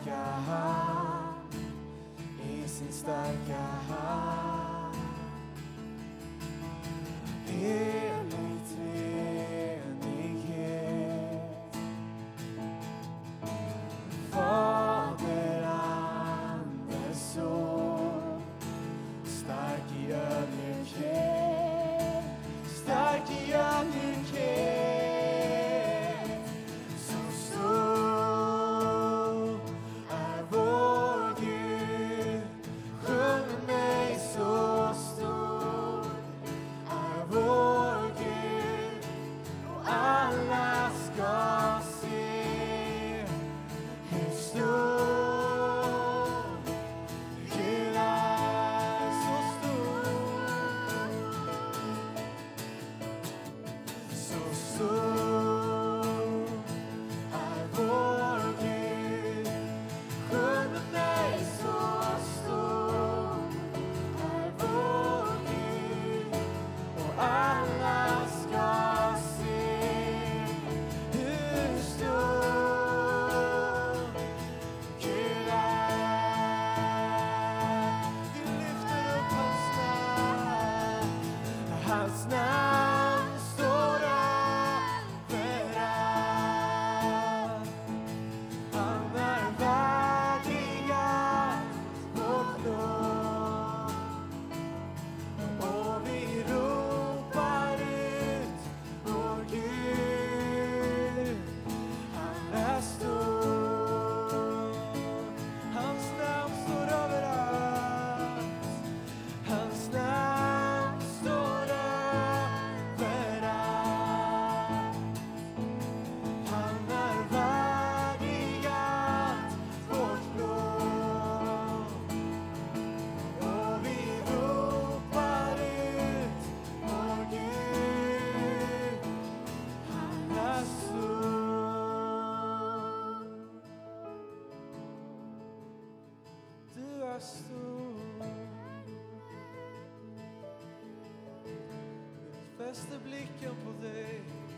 starka hand, i sin starka hand. Helig treenighet, Fader, Ande, Son, stark i ödmjukhet, stark i ödmjukhet. Så stor är vår Gud, sjung med mig, så stor är vår Gud, och alla ska se hur stor Gud är. Så stor, så stor är vår Gud, sjung med mig, så stor är vår Gud, och alla ska se hur stor Gud är. Vi lyfter upp hans namn, hans namn står överallt. Han är värdig allt vårt lov, och vi ropar ut vår Gud. Han är stor, hans namn står överallt. Hans namn står överallt. Han är värdig allt vårt lov, och vi ropar ut vår Gud. Han är stor. Du är stor. Vi fäster blicken på dig,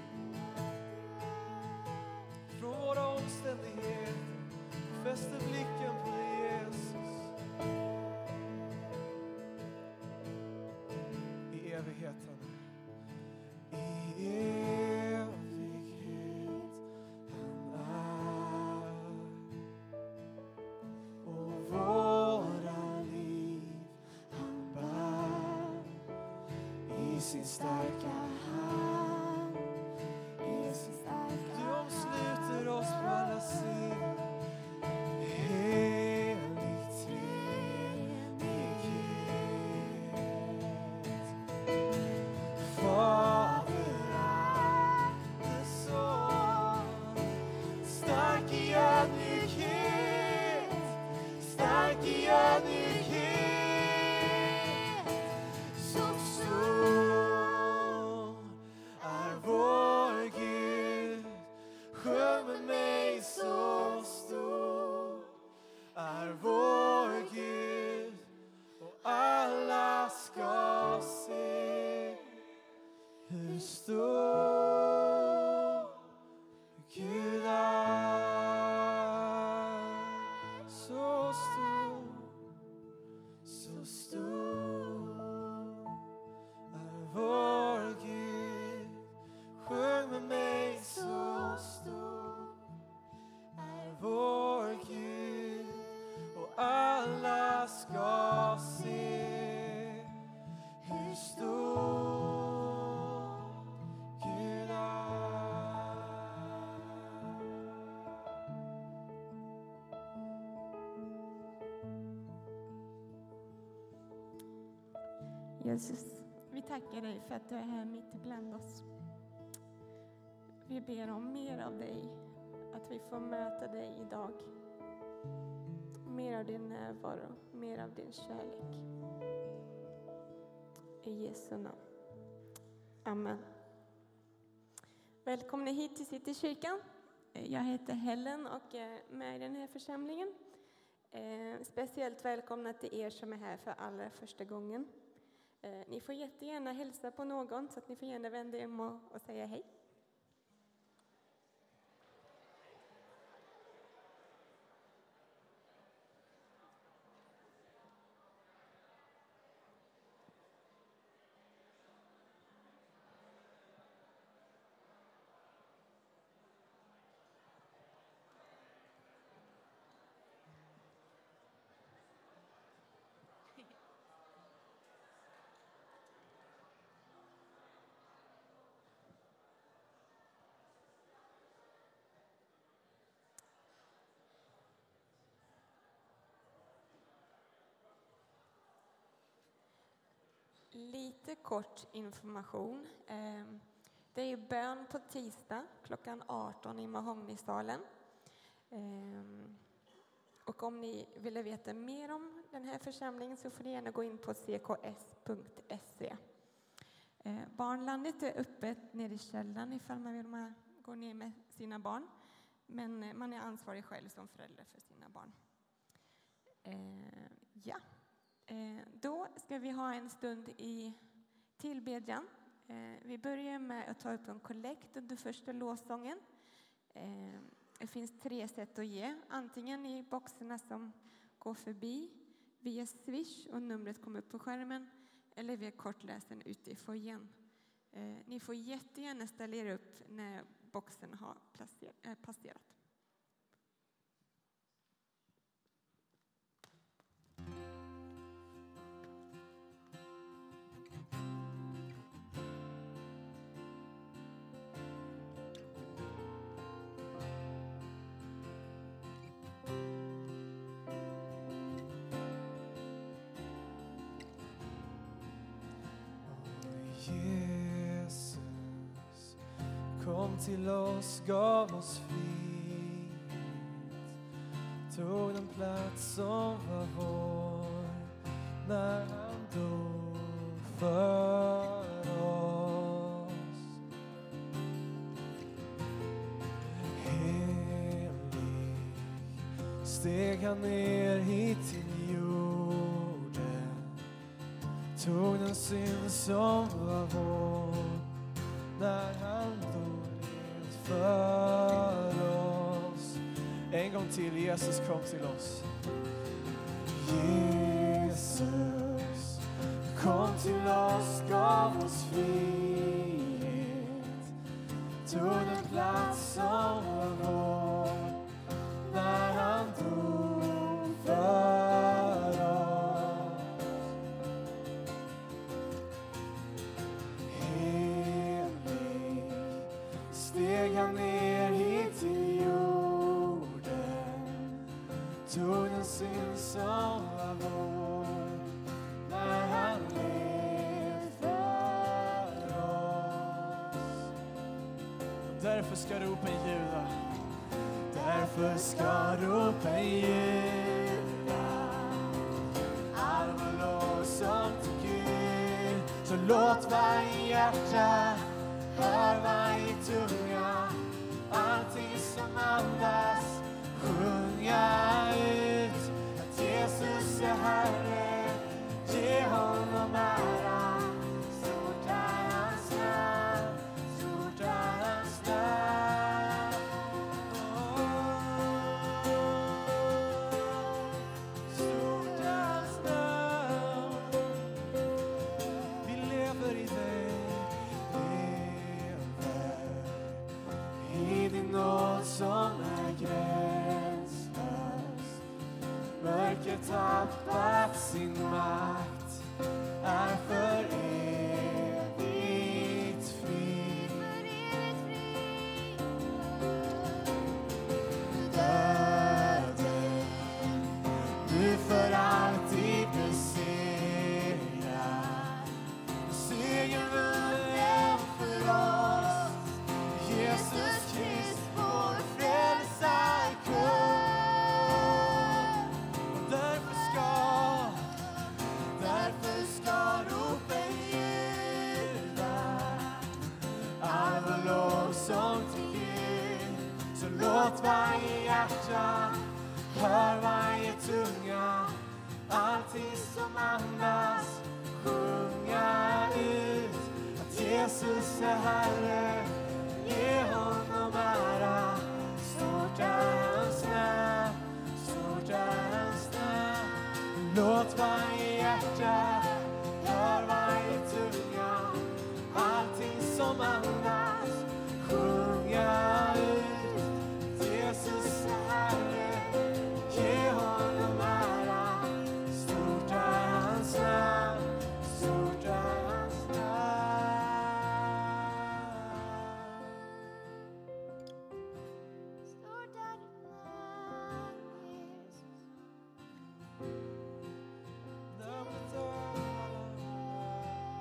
från våra omständigheter. Vi fäster blicken på dig, Jesus. I evigheten. I evighet han är, och våra liv han bär i sin starka hand, i sin starka hand. Du omsluter oss på alla sidor. Helig treenighet, Fader, Ande, Son, stark i ödmjukhet, stark i ödmjukhet. Så stor är vår Gud, sjung med mig, så stor är vår Gud, och alla ska se hur stor Gud är. Så stor, så stor är vår Gud, sjung med mig, så stor är vår Gud, och alla ska se hur stor Gud är. Jesus, vi tackar dig för att du är här mitt ibland oss. Vi ber om mer av dig, att vi får möta dig idag. Mer av din närvaro, mer av din kärlek. I Jesu namn. Amen. Välkomna hit till Citykyrkan. Jag heter Helen och är med i den här församlingen. Speciellt välkomna till er som är här för allra första gången. Ni får jättegärna hälsa på någon, så att ni får gärna vända er och säga hej. Lite kort information. Det är bön på tisdag klockan 18 i Mahognysalen. Och om ni vill veta mer om den här församlingen så får ni gärna gå in på cks.se. Barnlandet är öppet nere i källaren ifall man vill gå ner med sina barn. Men man är ansvarig själv som förälder för sina barn. Då ska vi ha en stund i tillbedjan. Vi börjar med att ta upp en kollekt under första lovsången. Det finns 3 sätt att ge. Antingen i boxarna som går förbi, via Swish och numret kommer upp på skärmen, eller via kortläsaren ute i foajén. Ni får jättegärna ställa er upp när boxen har passerat. Jesus kom till oss, gav oss frihet, tog den plats som var vår när han dog för oss. Helig steg han ner hit till jorden, tog den synd som var vår när han dog helt för oss. En gång till, Jesus kom till oss. Jesus kom till oss, gav oss frihet, tog den plats som var vår när han dog för oss. Helig steg han ner hit till jorden, tog den synd som var vår när han led för oss. Och därför ska ropen ljuda, därför ska ropen ljuda, all vår lovsång till Gud. Så låt varje hjärta, hör varje tunga, allting som andas sjunga ut att Jesus är Herre. Ge honom ära, stort är hans namn, stort är hans namn. Stort är hans namn. Vi lever i dig, lever i din nåd som är gränslös. Mörkret tappat sin makt, är för evigt fri. Döden, du för alltid besegrar. Segern vunnen för oss, Jesus Krist, vår frälsarkung. Och därför ska ropen ljuda, all vår lovsång till Gud. Så låt varje hjärta, hör varje tunga, allting som andas sjunga ut att Jesus är Herre. Ge honom ära, stort är hans namn, stort är hans namn. Låt varje hjärta, hör varje tunga, allting som andas sjunga ut att Jesus är Herre. Ge honom ära, stort är hans namn, stort är hans namn. Stort är ditt namn, Jesus. Namnet över alla namn.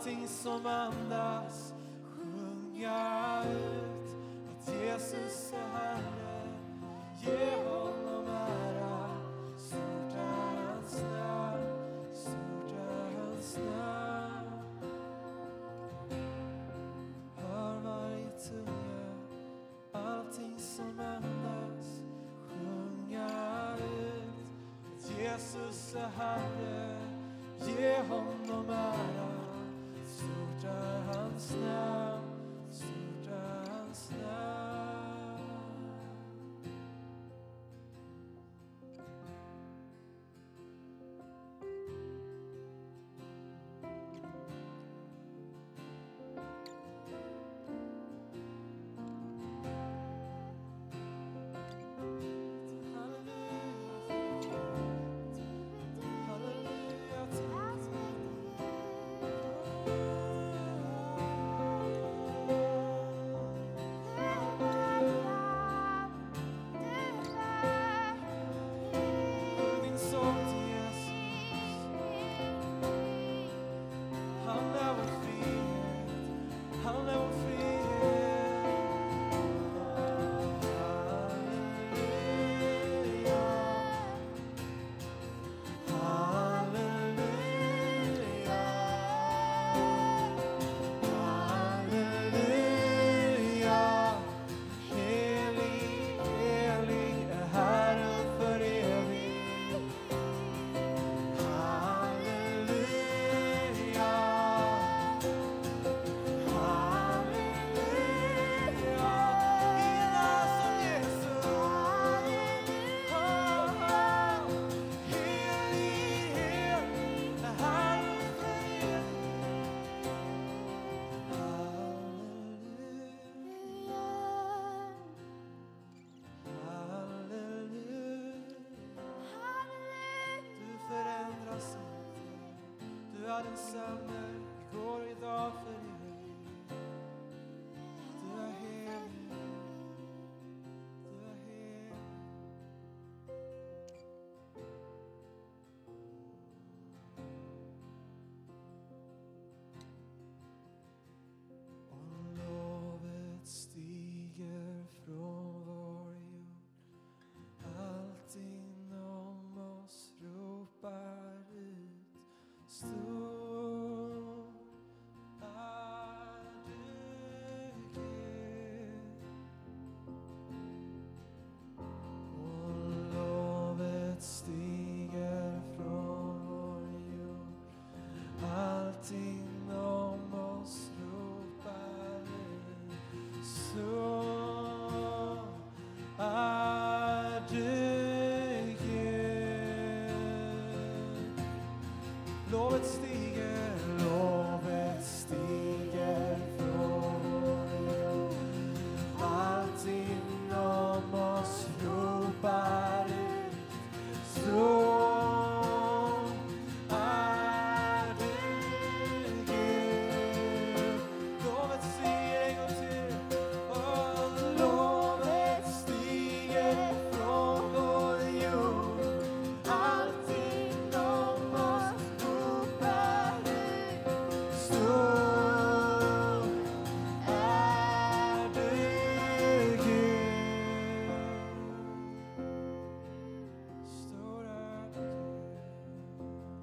allting som andas sjunga ut att Jesus är Herre. Ge honom ära, stort är hans namn, stort är hans namn. Hör varje tunga, allting som andas sjunga ut att Jesus är Herre. Ge honom ära, stort är hans namn, stort är hans namn. Densamme går idag för dig. Du är helig, du är helig. Och lovet stiger från vår jord. Allt inom oss ropar ut. Stor lovet stiger från vår jord. Allt inom oss ropar ut. Stor är du, Gud. Lovet stiger en gång till. Och lovet stiger från vår jord. Allt inom oss ropar ut. Stor är du, Gud. Stor är du, Gud.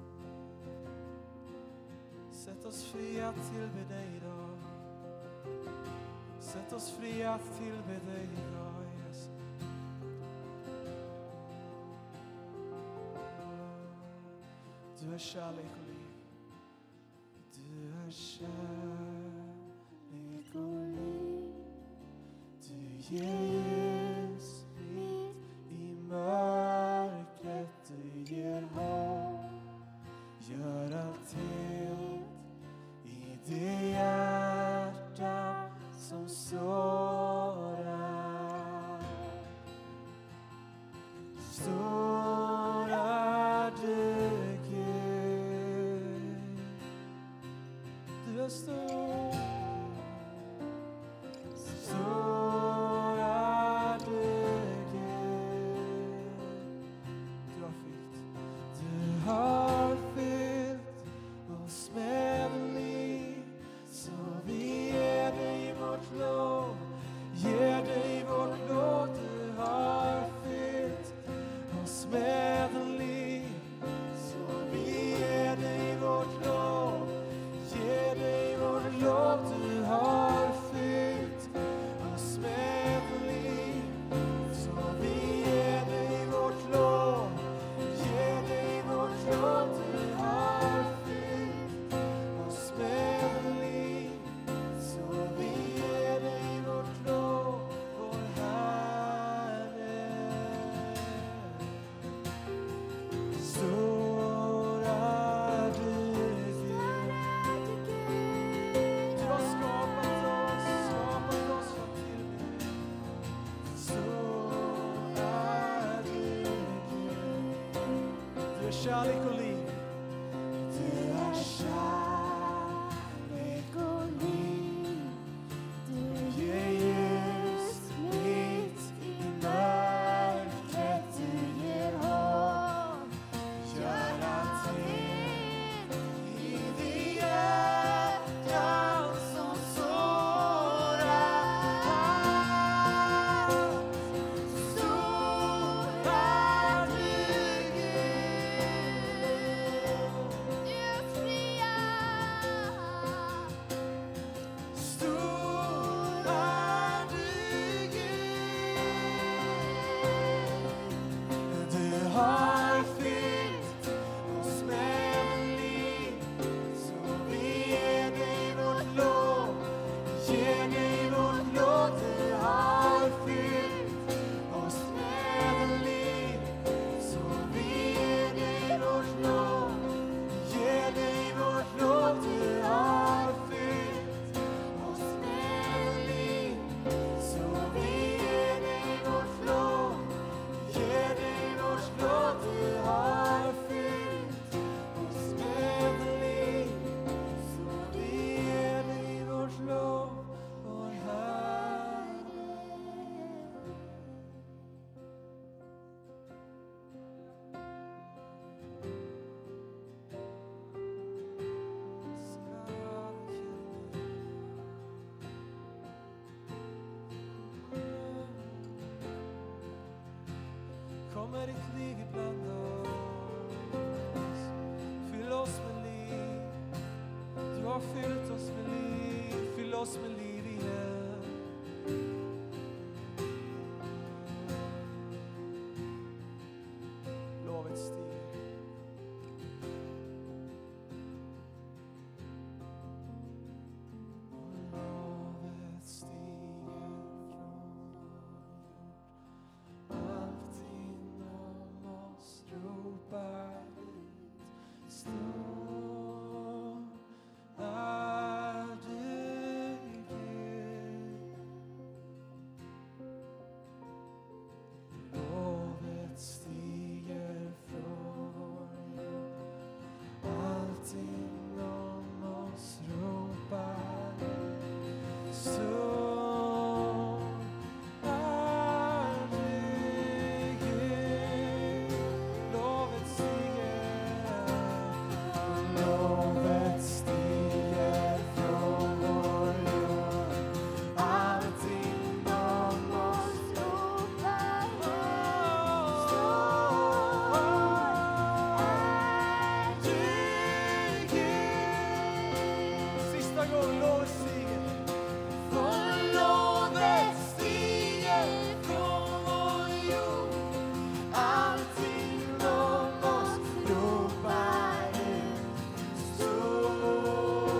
Sätt oss fria att tillbe dig idag. Sätt oss fria att tillbe dig idag, Jesus. Du är kärlek och liv. Du är kärlek och liv. Du ger ljus mitt i mörkret. Du ger hopp. Gör allt helt i det hjärta som sårar. Stor är du, Gud. Du är stor. Stor är kärlek och liv. Du är kärlek och liv. Du ger ljus mitt i mörkret. Du ger hopp. Gör allt rent i det hjärtan som sårar. Stor är du, Gud. Du fria. Stor är du, Gud. Du har fyllt oss med liv, så vi ger dig vårt lov. Ger dig vårt lov. Du har fyllt oss med liv, så vi ger dig vårt lov. Ger dig vårt lov. Du har fyllt oss med liv, så vi ger dig vårt lov. Ger dig vårt lov. Du har fyllt oss med liv, så vi ger dig vårt lov, vår Herre. Kom med ditt liv ibland oss. Fyll oss med liv. Du har fyllt oss med liv. Fyll oss med liv igen. Lovet stiger. Lovet stiger från allt inom oss ropar ut. Stor är du, Gud. Lovet stiger från vår jord. Allt inom oss ropar ut. Stor är du, Gud. Lovet stiger. Lovet stiger från vår jord. Allt inom oss Ropar är du, Gud. Sista gången lovet stiger. För lovet stiger från vår jord. Allt inom oss ropar ut. Stor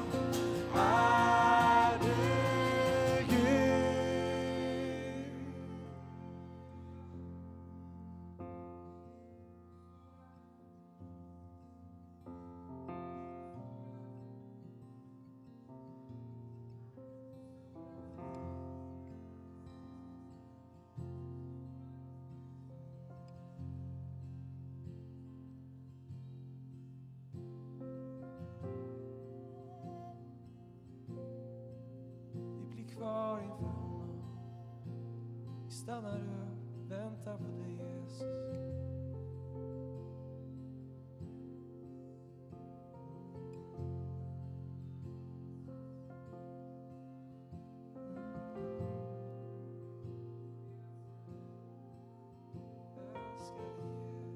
är du, Gud. Vi blir kvar inför honom. Vi stannar upp, väntar på dig, Jesus. Älskar dig,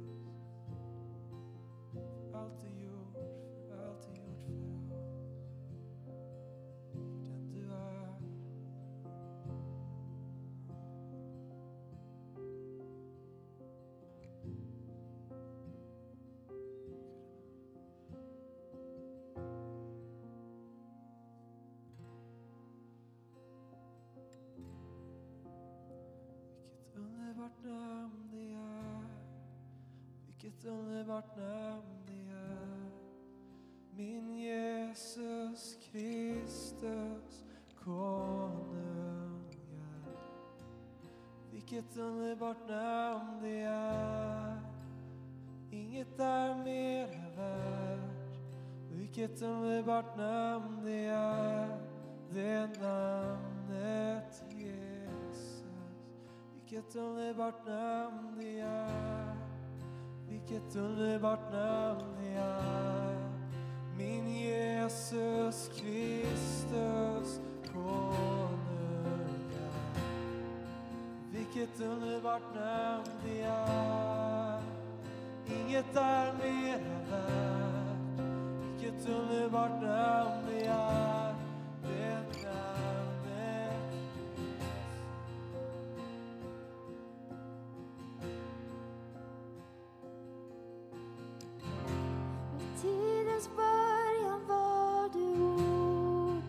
Jesus. För allt du gjort, för allt du gjort för oss. För den du är. Vilket underbart namn det är. Vilket underbart namn det är. Min Jesus Kristus konung. Vilket underbart namn det är. Inget är mera värt. Vilket underbart namn det är. Det namnet Jesus. Vilket underbart namn det är. Vilket underbart namn det är. Min Jesus Kristus konung är. Vilket underbart namn det är. Inget är mera värt. Vilket underbart namn det är. Det namnet Vid tidens början var du orden.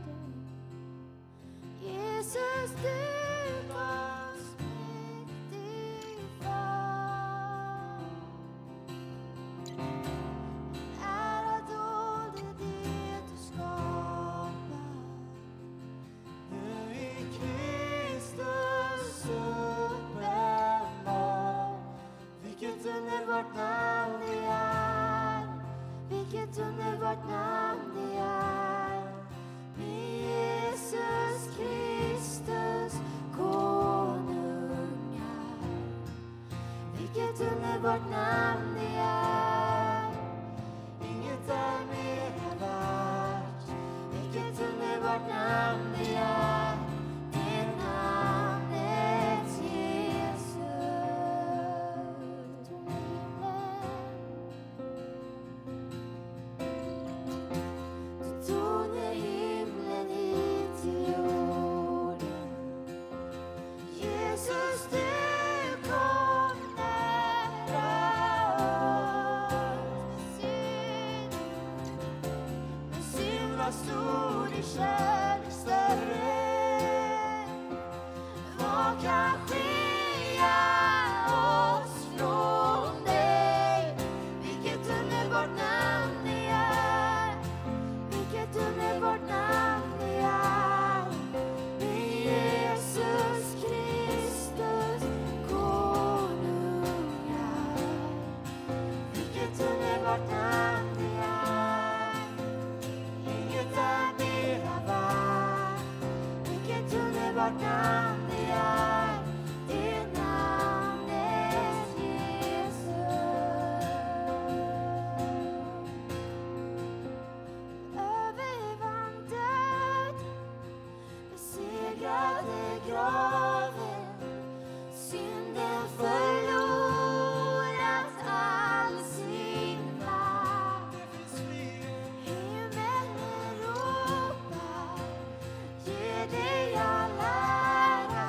Jesus, du gavs mäktig fram. Ära dolde det du skapat. nu i Kristus uppenbar. Vilket underbart namn det är. Vilket underbart namn det är. Min Jesus Kristus konungar. Vilket underbart namn det är. Inget är mera värt. Vilket underbart namn det är. Det namnet Jesus. Du tog ner himlen hit till jorden. Jesus, du kom nära oss. Men synd var stor, din kärlek större. Vad kan skilja oss från dig? Vilket underbart namn det är. Vilket underbart namn det är. Min Jesus Kristus konungar. Vilket underbart namn det är. Inget är mera värt. Vilket underbart namn det är. Det namnet Jesus. Övervann död, besegrade graven, synden förlorat all sin makt. Det finns fler. Himmelen ropar, ge dig all ära.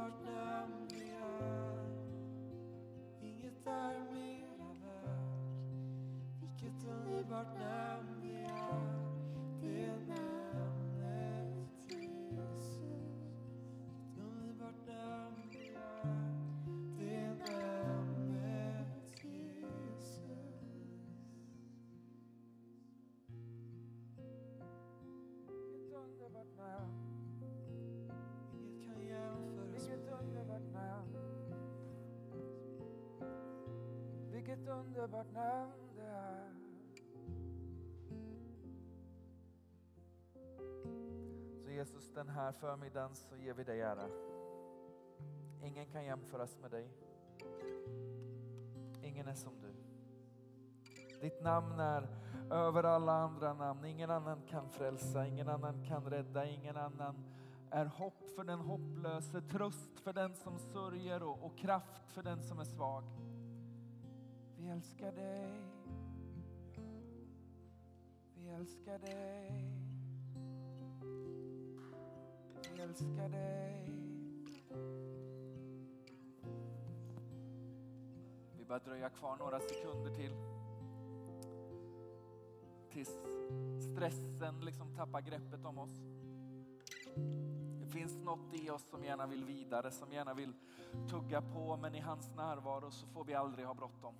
underbart namn det är. Inget är mera värt. Vilket underbart namn det är. Det är namnet Jesus. Ett underbart namn det är. Det är namnet Jesus. Vilket underbart namn. Inget kan jämföras med dig. Underbart namn. Vilket underbart namn det är. Så Jesus, den här förmiddagen så ger vi dig ära. Ingen kan jämföras med dig. Ingen är som du. Ditt namn är över alla andra namn. Ingen annan kan frälsa, ingen annan kan rädda, ingen annan är hopp för den hopplöse, tröst för den som sörjer och kraft för den som är svag. Vi älskar dig. Vi älskar dig. Vi älskar dig. Vi bara dröja kvar några sekunder till. Tills stressen liksom tappar greppet om oss. Det finns något i oss som gärna vill vidare, som gärna vill tugga på, men i hans närvaro så får vi aldrig ha bråttom.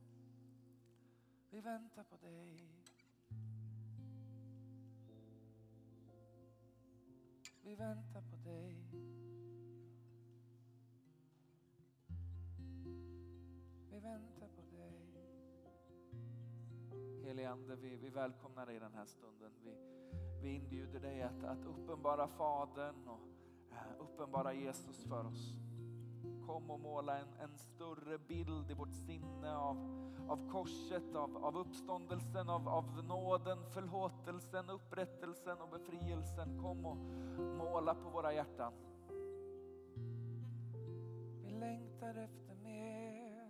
Vi väntar på dig. Vi väntar på dig. Vi väntar på dig. Helige Ande, vi välkomnar dig den här stunden. Vi inbjuder dig att uppenbara Fadern och uppenbara Jesus för oss. Kom och måla en större bild i vårt sinne av korset, av uppståndelsen, av nåden, förlåtelsen, upprättelsen och befrielsen. Kom och måla på våra hjärtan. Vi längtar efter mer.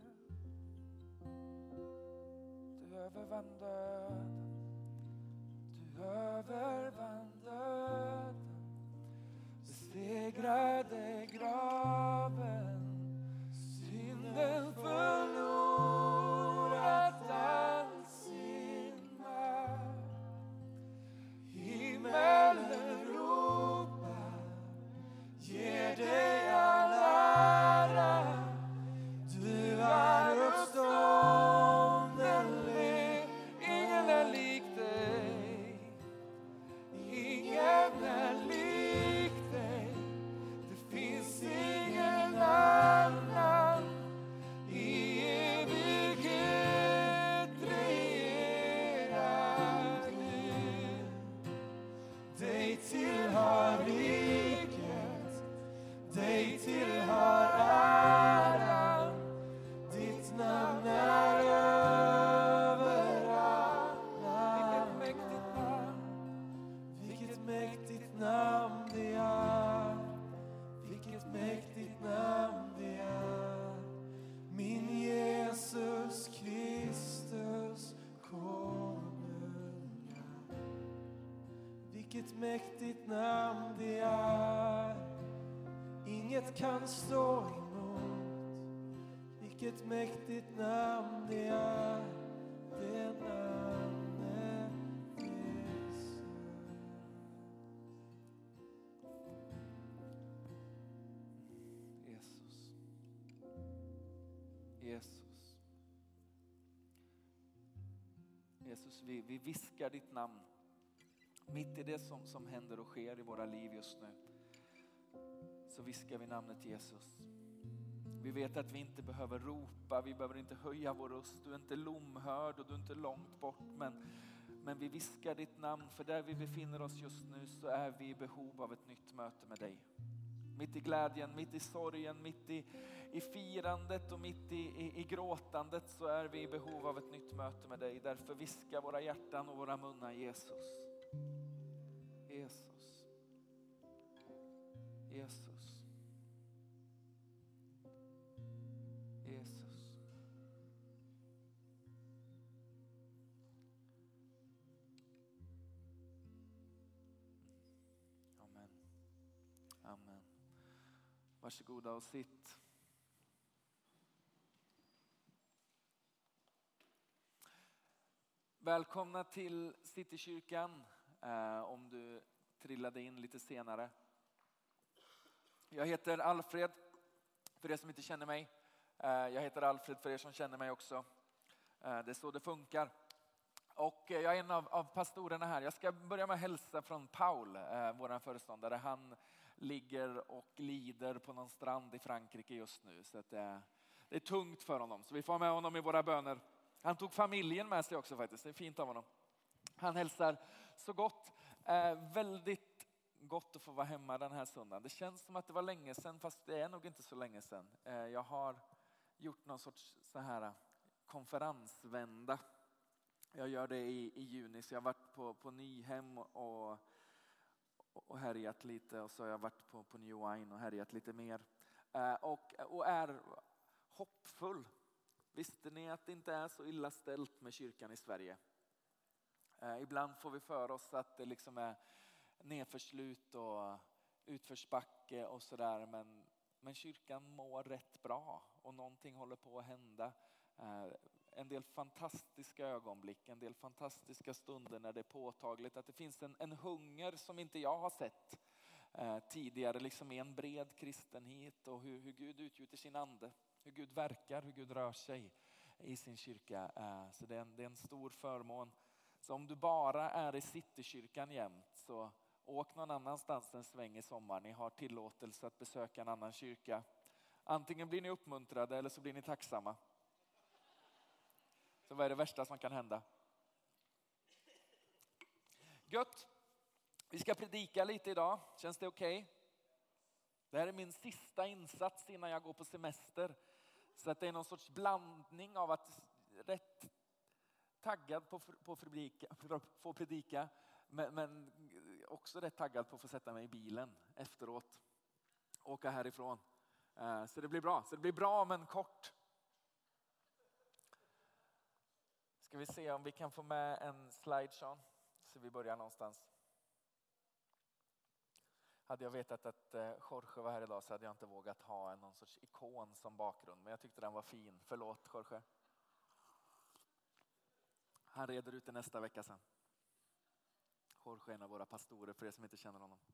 Du övervann döden. Du övervann döden. Besegrade graven. Synden förlorat all sin makt. Himmelen ropar, ger dig all ära. Du är uppstånden, ingen är lik dig. Ingen är lik dig. Det finns ingen annan. I evighet regerar du. Dig tillhör riket. Dig tillhör äran. Ditt namn är över alla. Vilket mäktigt namn. Vilket mäktigt namn det är. Vilket mäktigt namn det är. Min Jesus Kristus konung. Vilket mäktigt namn det är. Inget kan stå emot. Vilket mäktigt namn det är. Det namnet Jesus. Jesus. Jesus. Jesus, vi viskar ditt namn. Mitt i det som händer och sker i våra liv just nu. Så viskar vi namnet Jesus. Vi vet att vi inte behöver ropa, vi behöver inte höja vår röst. Du är inte lomhörd och du är inte långt bort. Men vi viskar ditt namn, för där vi befinner oss just nu så är vi i behov av ett nytt möte med dig. Mitt i glädjen, mitt i sorgen, mitt i firandet och mitt i gråtandet så är vi i behov av ett nytt möte med dig. Därför viskar våra hjärtan och våra munnar Jesus. Jesus. Jesus. Jesus. Amen. Amen. Varsågoda och sitt. Välkomna till Citykyrkan, om du trillade in lite senare. Jag heter Alfred, för er som inte känner mig. Jag heter Alfred för er som känner mig också. Det är så det funkar. Och jag är en av pastorerna här. Jag ska börja med att hälsa från Paul, vår föreståndare. Han ligger och lider på någon strand i Frankrike just nu. Så att det är tungt för honom. Så vi får med honom i våra böner. Han tog familjen med sig också faktiskt. Det är fint av honom. Han hälsar så gott. Väldigt gott att få vara hemma den här söndagen. Det känns som att det var länge sedan, fast det är nog inte så länge sedan. Jag har gjort någon sorts så här konferensvända. Jag gör det i juni, så jag har varit på Nyhem och härjat lite. Och så har jag varit på New Wine och härjat lite mer. Och är hoppfull. Visste ni att det inte är så illa ställt med kyrkan i Sverige? Ibland får vi för oss att det liksom är nedförslut och utförsbacke och sådär. Men kyrkan mår rätt bra och någonting håller på att hända. En del fantastiska ögonblick, en del fantastiska stunder när det är påtagligt att det finns en hunger som inte jag har sett tidigare, liksom i en bred kristenhet, och hur Gud utgjuter sin ande, hur Gud verkar, hur Gud rör sig i sin kyrka. Så det är en stor förmån. Så om du bara är i Citykyrkan jämt, så åk någon annanstans en sväng i sommar. Ni har tillåtelse att besöka en annan kyrka. Antingen blir ni uppmuntrade eller så blir ni tacksamma. Så vad är det värsta som kan hända? Gött. Vi ska predika lite idag. Känns det okej? Det här är min sista insats innan jag går på semester. Så att det är någon sorts blandning av att rätt taggad på få predika. Men också rätt taggad på att få sätta mig i bilen efteråt. Åka härifrån. Så det blir bra. Så det blir bra men kort. Ska vi se om vi kan få med en slideshow. Så vi börjar någonstans. Hade jag vetat att Jorge var här idag så hade jag inte vågat ha någon sorts ikon som bakgrund. Men jag tyckte den var fin. Förlåt Jorge. Han reder ut det nästa vecka sen. Jorge är en av våra pastorer för er som inte känner honom.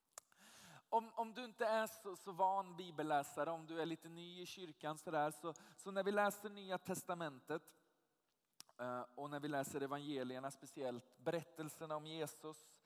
Om du inte är så van bibelläsare, om du är lite ny i kyrkan så när vi läser Nya testamentet och när vi läser evangelierna, speciellt berättelserna om Jesus,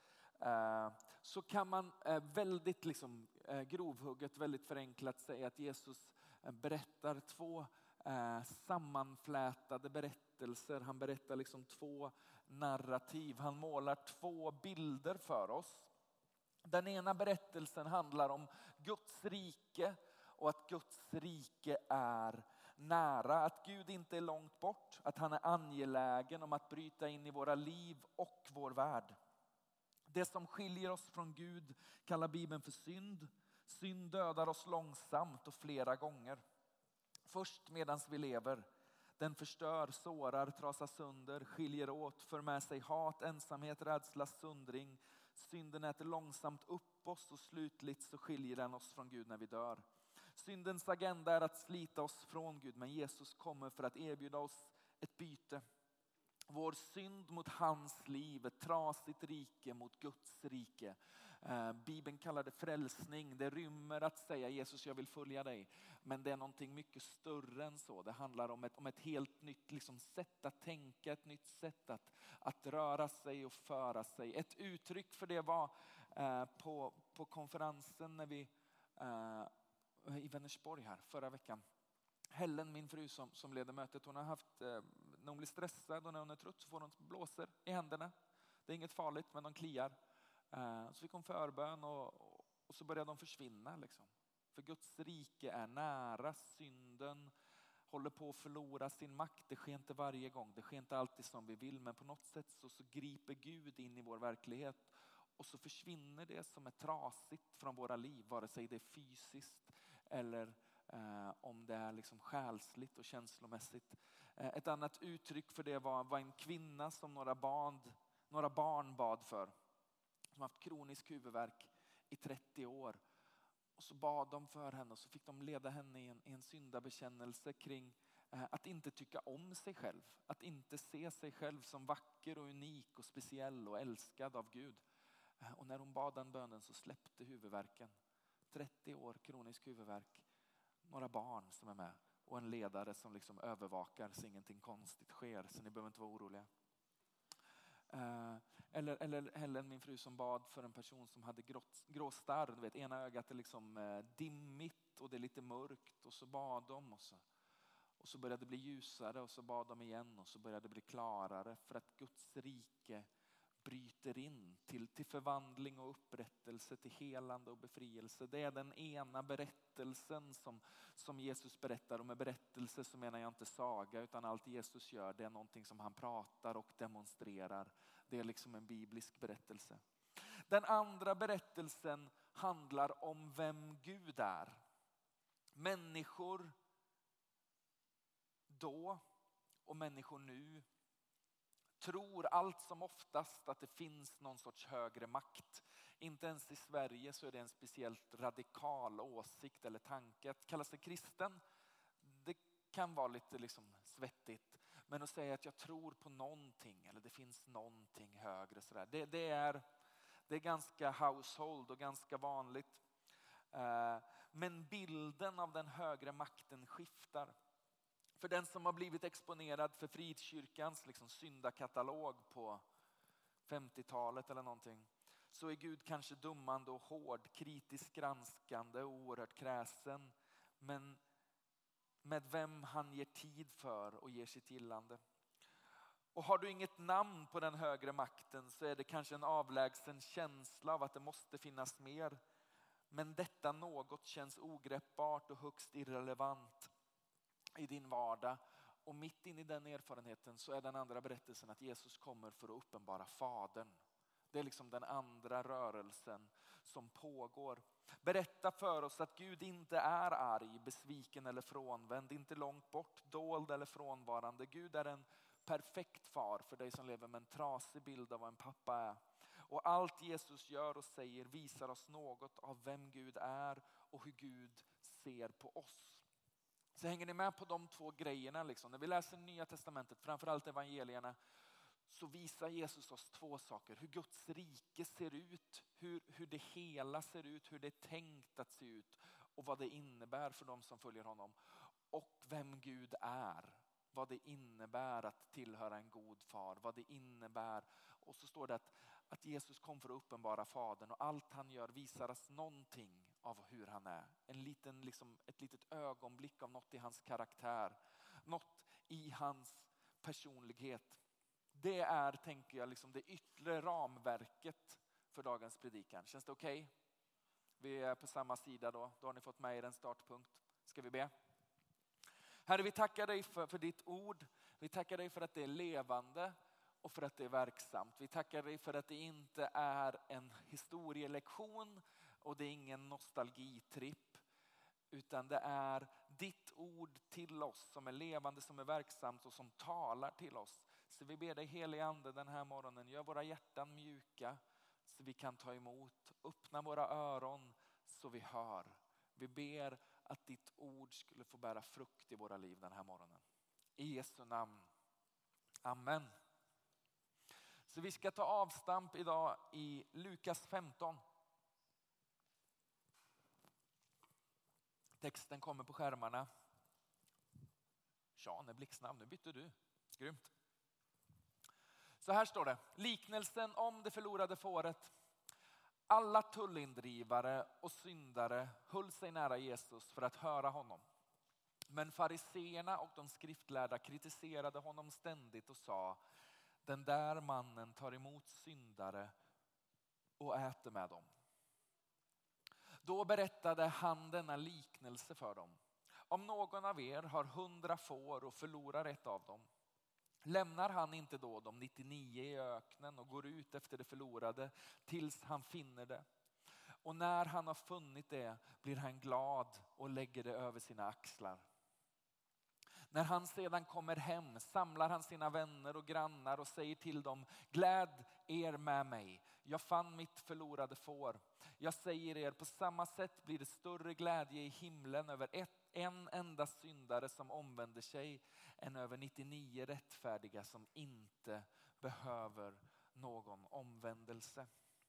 så kan man väldigt grovhugget, väldigt förenklat säga att Jesus berättar två sammanflätade berättelser. Han berättar två narrativ. Han målar två bilder för oss. Den ena berättelsen handlar om Guds rike och att Guds rike är nära. Att Gud inte är långt bort. Att han är angelägen om att bryta in i våra liv och vår värld. Det som skiljer oss från Gud kallar Bibeln för synd. Synd dödar oss långsamt och flera gånger. Först medan vi lever. Den förstör, sårar, trasar sönder, skiljer åt, för med sig hat, ensamhet, rädsla, sundring. Synden äter långsamt upp oss och slutligt så skiljer den oss från Gud när vi dör. Syndens agenda är att slita oss från Gud, men Jesus kommer för att erbjuda oss ett byte. Vår synd mot hans liv, ett trasigt rike mot Guds rike. Bibeln kallar det frälsning. Det rymmer att säga Jesus, jag vill följa dig. Men det är någonting mycket större än så. Det handlar om ett helt nytt sätt att tänka, ett nytt sätt att röra sig och föra sig. Ett uttryck för det var på konferensen när vi i Vänersborg här förra veckan. Helen, min fru som leder mötet, hon har haft, när hon blir stressad och när hon är trött så får hon blåser i händerna. Det är inget farligt, men de kliar. Så fick hon förbön och så började de försvinna. För Guds rike är nära. Synden håller på att förlora sin makt. Det sker inte varje gång. Det sker inte alltid som vi vill. Men på något sätt så griper Gud in i vår verklighet. Och så försvinner det som är trasigt från våra liv. Vare sig det är fysiskt eller om det är själsligt och känslomässigt. Ett annat uttryck för det var en kvinna som några barn bad för. Som haft kronisk huvudvärk i 30 år. Och så bad de för henne och så fick de leda henne i en syndabekännelse kring att inte tycka om sig själv. Att inte se sig själv som vacker och unik och speciell och älskad av Gud. Och när hon bad den bönen så släppte huvudvärken. 30 år kronisk huvudvärk. Några barn som är med. Och en ledare som liksom övervakar så ingenting konstigt sker. Så ni behöver inte vara oroliga. Eller Helen, min fru, som bad för en person som hade grå starr. Du vet, ena ögat är liksom dimmigt och det är lite mörkt. Och så bad de och så började det bli ljusare och så bad de igen och så började det bli klarare. För att Guds rike bryter in till förvandling och upprättelse, till helande och befrielse. Det är den ena berättelsen som Jesus berättar. Och med berättelse så menar jag inte saga, utan allt Jesus gör, det är någonting som han pratar och demonstrerar. Det är liksom en biblisk berättelse. Den andra berättelsen handlar om vem Gud är. Människor då och människor nu tror allt som oftast att det finns någon sorts högre makt. Inte ens i Sverige så är det en speciellt radikal åsikt eller tanke. Att kalla sig kristen, det kan vara lite liksom svettigt. Men att säga att jag tror på någonting eller det finns någonting högre. Sådär. Det är ganska household och ganska vanligt. Men bilden av den högre makten skiftar. För den som har blivit exponerad för Frikyrkans liksom syndakatalog på 50-talet eller någonting, så är Gud kanske dummande och hård, kritiskt granskande och oerhört kräsen. Men med vem han ger tid för och ger sitt gillande. Och har du inget namn på den högre makten så är det kanske en avlägsen känsla av att det måste finnas mer. Men detta något känns ogreppbart och högst irrelevant i din vardag. Och mitt in i den erfarenheten så är den andra berättelsen att Jesus kommer för att uppenbara Fadern. Det är liksom den andra rörelsen som pågår. Berätta för oss att Gud inte är arg, besviken eller frånvänd. Inte långt bort, dold eller frånvarande. Gud är en perfekt far för dig som lever med en trasig bild av vad en pappa är. Och allt Jesus gör och säger visar oss något av vem Gud är och hur Gud ser på oss. Så hänger ni med på de två grejerna liksom. När vi läser Nya testamentet, framförallt evangelierna, så visar Jesus oss två saker. Hur Guds rike ser ut, hur det hela ser ut, hur det är tänkt att se ut och vad det innebär för de som följer honom. Och vem Gud är, vad det innebär att tillhöra en god far, vad det innebär. Och så står det att Jesus kom för att uppenbara Fadern och allt han gör visar oss någonting av hur han är. Ett litet ögonblick av något i hans karaktär, något i hans personlighet. Det är, tänker jag, liksom det yttre ramverket för dagens predikan. Känns det okej? Vi är på samma sida då. Då har ni fått med er en startpunkt. Ska vi be? Herre, vi tackar dig för ditt ord. Vi tackar dig för att det är levande och för att det är verksamt. Vi tackar dig för att det inte är en historielektion och det är ingen nostalgitripp. Utan det är ditt ord till oss som är levande, som är verksamt och som talar till oss. Så vi ber dig, helige ande, den här morgonen, gör våra hjärtan mjuka så vi kan ta emot. Öppna våra öron så vi hör. Vi ber att ditt ord skulle få bära frukt i våra liv den här morgonen. I Jesu namn. Amen. Så vi ska ta avstamp idag i Lukas 15. Texten kommer på skärmarna. Sean, blixtsnabb, nu bytte du. Grymt. Så här står det. Liknelsen om det förlorade fåret. Alla tullindrivare och syndare höll sig nära Jesus för att höra honom. Men fariseerna och de skriftlärda kritiserade honom ständigt och sa: den där mannen tar emot syndare och äter med dem. Då berättade han denna liknelse för dem. Om någon av er har 100 får och förlorar ett av dem, lämnar han inte då de 99 i öknen och går ut efter det förlorade tills han finner det? Och när han har funnit det blir han glad och lägger det över sina axlar. När han sedan kommer hem samlar han sina vänner och grannar och säger till dem: gläd er med mig, Jag fann mitt förlorade får. Jag säger er, på samma sätt blir det större glädje i himlen över en enda syndare som omvänder sig än över 99 rättfärdiga som inte behöver någon omvändelse.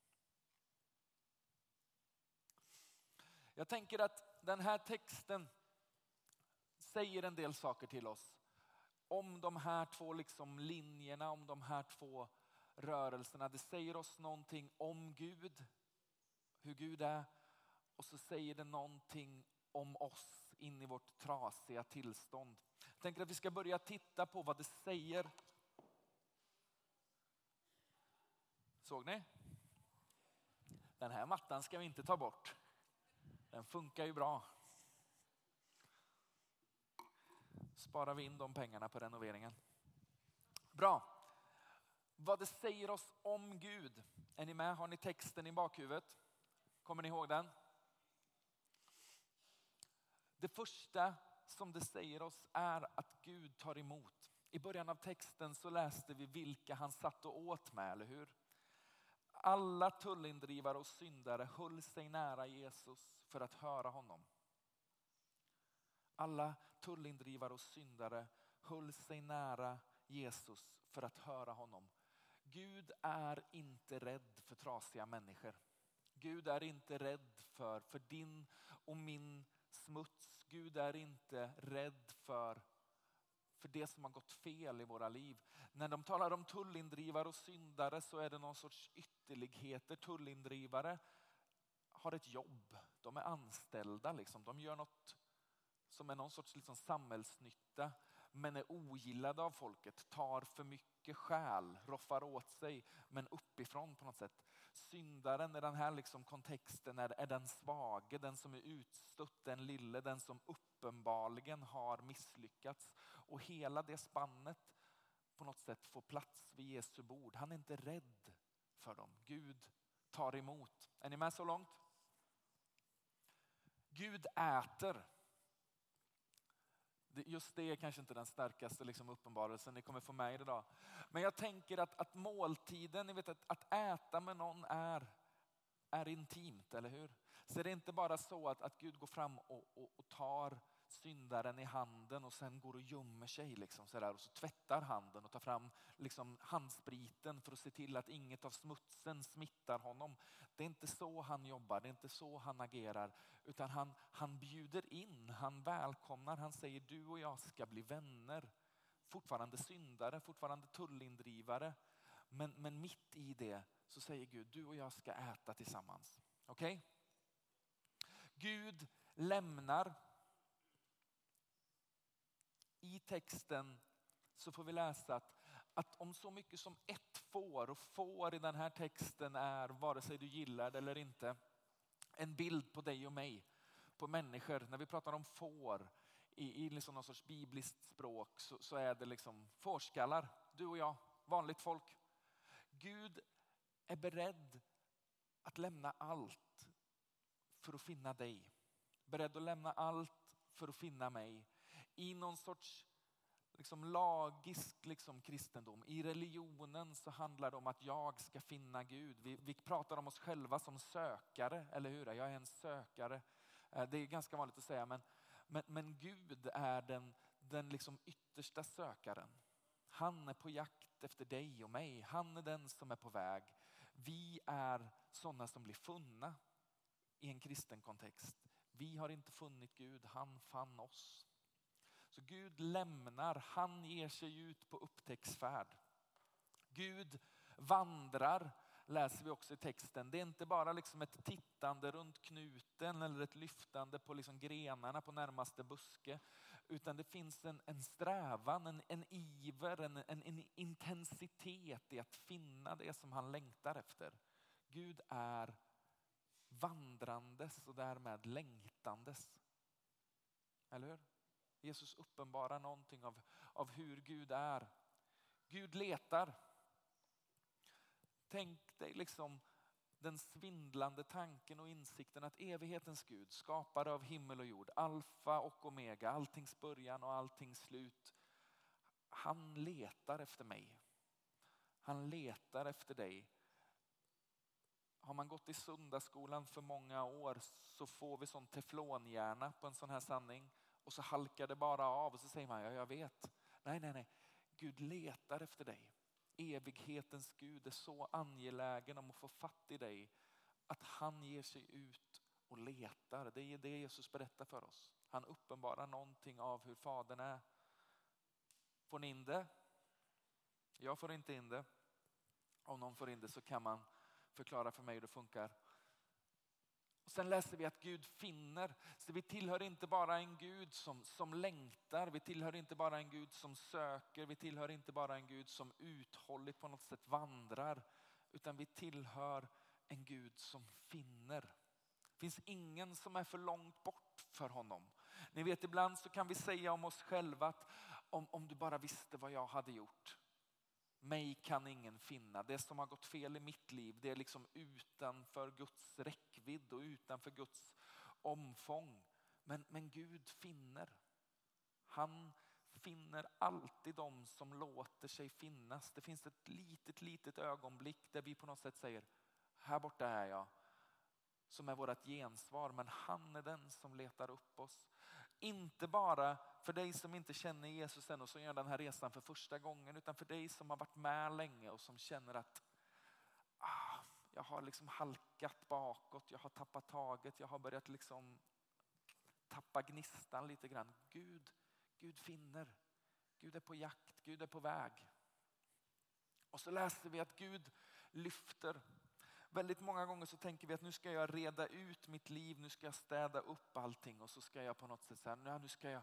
Jag tänker att den här texten säger en del saker till oss om de här två liksom linjerna, om de här två rörelserna. Det säger oss någonting om Gud, hur Gud är, och så säger det någonting om oss in i vårt trasiga tillstånd. Jag tänker att vi ska börja titta på vad det säger. Såg ni? Den här mattan ska vi inte ta bort. Den funkar ju bra. Sparar vi in de pengarna på renoveringen. Bra. Vad det säger oss om Gud. Är ni med? Har ni texten i bakhuvudet? Kommer ni ihåg den? Det första som det säger oss är att Gud tar emot. I början av texten så läste vi vilka han satt och åt med, eller hur? Alla tullindrivare och syndare höll sig nära Jesus för att höra honom. Alla tullindrivare och syndare höll sig nära Jesus för att höra honom. Gud är inte rädd för trasiga människor. Gud är inte rädd för din och min smuts. Gud är inte rädd för det som har gått fel i våra liv. När de talar om tullindrivare och syndare så är det någon sorts ytterligheter. Tullindrivare har ett jobb. De är anställda. Liksom. De gör något som är någon sorts liksom samhällsnytta, men är ogillade av folket. Tar för mycket skäl, roffar åt sig, men uppifrån på något sätt. Syndaren i den här liksom kontexten är den svage, den som är utstött, den lille, den som uppenbarligen har misslyckats. Och hela det spannet på något sätt får plats vid Jesu bord. Han är inte rädd för dem. Gud tar emot. Är ni med så långt? Gud äter. Just det är kanske inte den starkaste liksom uppenbarelsen ni kommer få med idag. Men jag tänker att måltiden, ni vet att äta med någon är intimt, eller hur? Så det är inte bara så att Gud går fram och tar syndaren i handen och sen går och gömmer sig liksom så där, och så tvättar handen och tar fram liksom handspriten för att se till att inget av smutsen smittar honom. Det är inte så han jobbar, det är inte så han agerar, utan han bjuder in, han välkomnar, han säger du och jag ska bli vänner. Fortfarande syndare, fortfarande tullindrivare, men mitt i det så säger Gud du och jag ska äta tillsammans. Okej? Gud lämnar. I texten så får vi läsa att om så mycket som ett får, och får i den här texten är, vare sig du gillar det eller inte, en bild på dig och mig, på människor. När vi pratar om får i liksom någon sorts bibliskt språk så är det liksom fårskallar, du och jag, vanligt folk. Gud är beredd att lämna allt för att finna dig. Beredd att lämna allt för att finna mig. I någon sorts liksom lagisk liksom kristendom. I religionen så handlar det om att jag ska finna Gud. Vi pratar om oss själva som sökare, eller hur? Jag är en sökare. Det är ganska vanligt att säga, men Gud är den liksom yttersta sökaren. Han är på jakt efter dig och mig. Han är den som är på väg. Vi är sådana som blir funna i en kristen kontext. Vi har inte funnit Gud, han fann oss. Så Gud lämnar, han ger sig ut på upptäcktsfärd. Gud vandrar, läser vi också i texten. Det är inte bara liksom ett tittande runt knuten eller ett lyftande på liksom grenarna på närmaste buske. Utan det finns en strävan, en iver, en intensitet i att finna det som han längtar efter. Gud är vandrandes och därmed längtandes. Eller hur? Jesus uppenbarar någonting av hur Gud är. Gud letar. Tänk dig liksom den svindlande tanken och insikten att evighetens Gud, skapare av himmel och jord, alfa och omega, alltings början och alltings slut. Han letar efter mig. Han letar efter dig. har man gått i söndagsskolan för många år så får vi sån teflonhjärna på en sån här sanning. Och så halkar det bara av och så säger man, ja jag vet. Nej. Gud letar efter dig. Evighetens Gud är så angelägen om att få fatt i dig att han ger sig ut och letar. Det är det Jesus berättar för oss. Han uppenbarar någonting av hur Fadern är. Får ni in det? Jag får inte in det. Om någon får in det så kan man förklara för mig hur det funkar. Och sen läser vi att Gud finner. Så vi tillhör inte bara en Gud som längtar. Vi tillhör inte bara en Gud som söker. Vi tillhör inte bara en Gud som uthålligt på något sätt vandrar. Utan vi tillhör en Gud som finner. Det finns ingen som är för långt bort för honom. Ni vet, ibland så kan vi säga om oss själva att om du bara visste vad jag hade gjort. Mig kan ingen finna. Det som har gått fel i mitt liv, det är liksom utanför Guds räckvidd och utanför Guds omfång. Men Gud finner. Han finner alltid de som låter sig finnas. Det finns ett litet ögonblick där vi på något sätt säger, här borta är jag. Som är vårt gensvar, men han är den som letar upp oss. Inte bara för dig som inte känner Jesus än och som gör den här resan för första gången, utan för dig som har varit med länge och som känner att jag har liksom halkat bakåt, jag har tappat taget, jag har börjat liksom tappa gnistan lite grann. Gud finner, Gud är på jakt, Gud är på väg. Och så läser vi att Gud lyfter. Väldigt många gånger så tänker vi att nu ska jag reda ut mitt liv, nu ska jag städa upp allting och så ska jag på något sätt säga,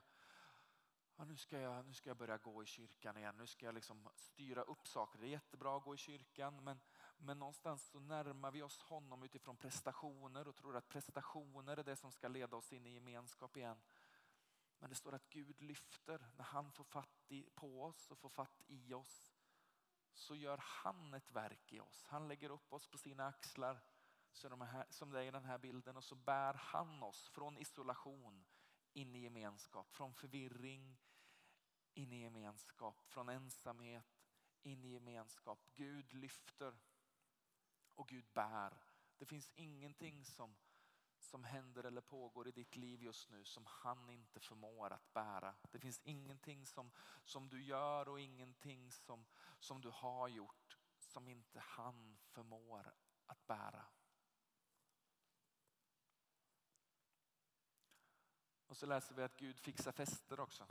nu ska jag börja gå i kyrkan igen, nu ska jag liksom styra upp saker. Det är jättebra att gå i kyrkan, men någonstans så närmar vi oss honom utifrån prestationer och tror att prestationer är det som ska leda oss in i gemenskap igen. Men det står att Gud lyfter när han får fatt på oss och får fatt i oss. Så gör han ett verk i oss. Han lägger upp oss på sina axlar som det är i den här bilden. Och så bär han oss från isolation in i gemenskap. Från förvirring in i gemenskap. Från ensamhet in i gemenskap. Gud lyfter och Gud bär. Det finns ingenting som händer eller pågår i ditt liv just nu som han inte förmår att bära. Det finns ingenting som du gör och ingenting som du har gjort som inte han förmår att bära. Och så läser vi att Gud fixar fester också.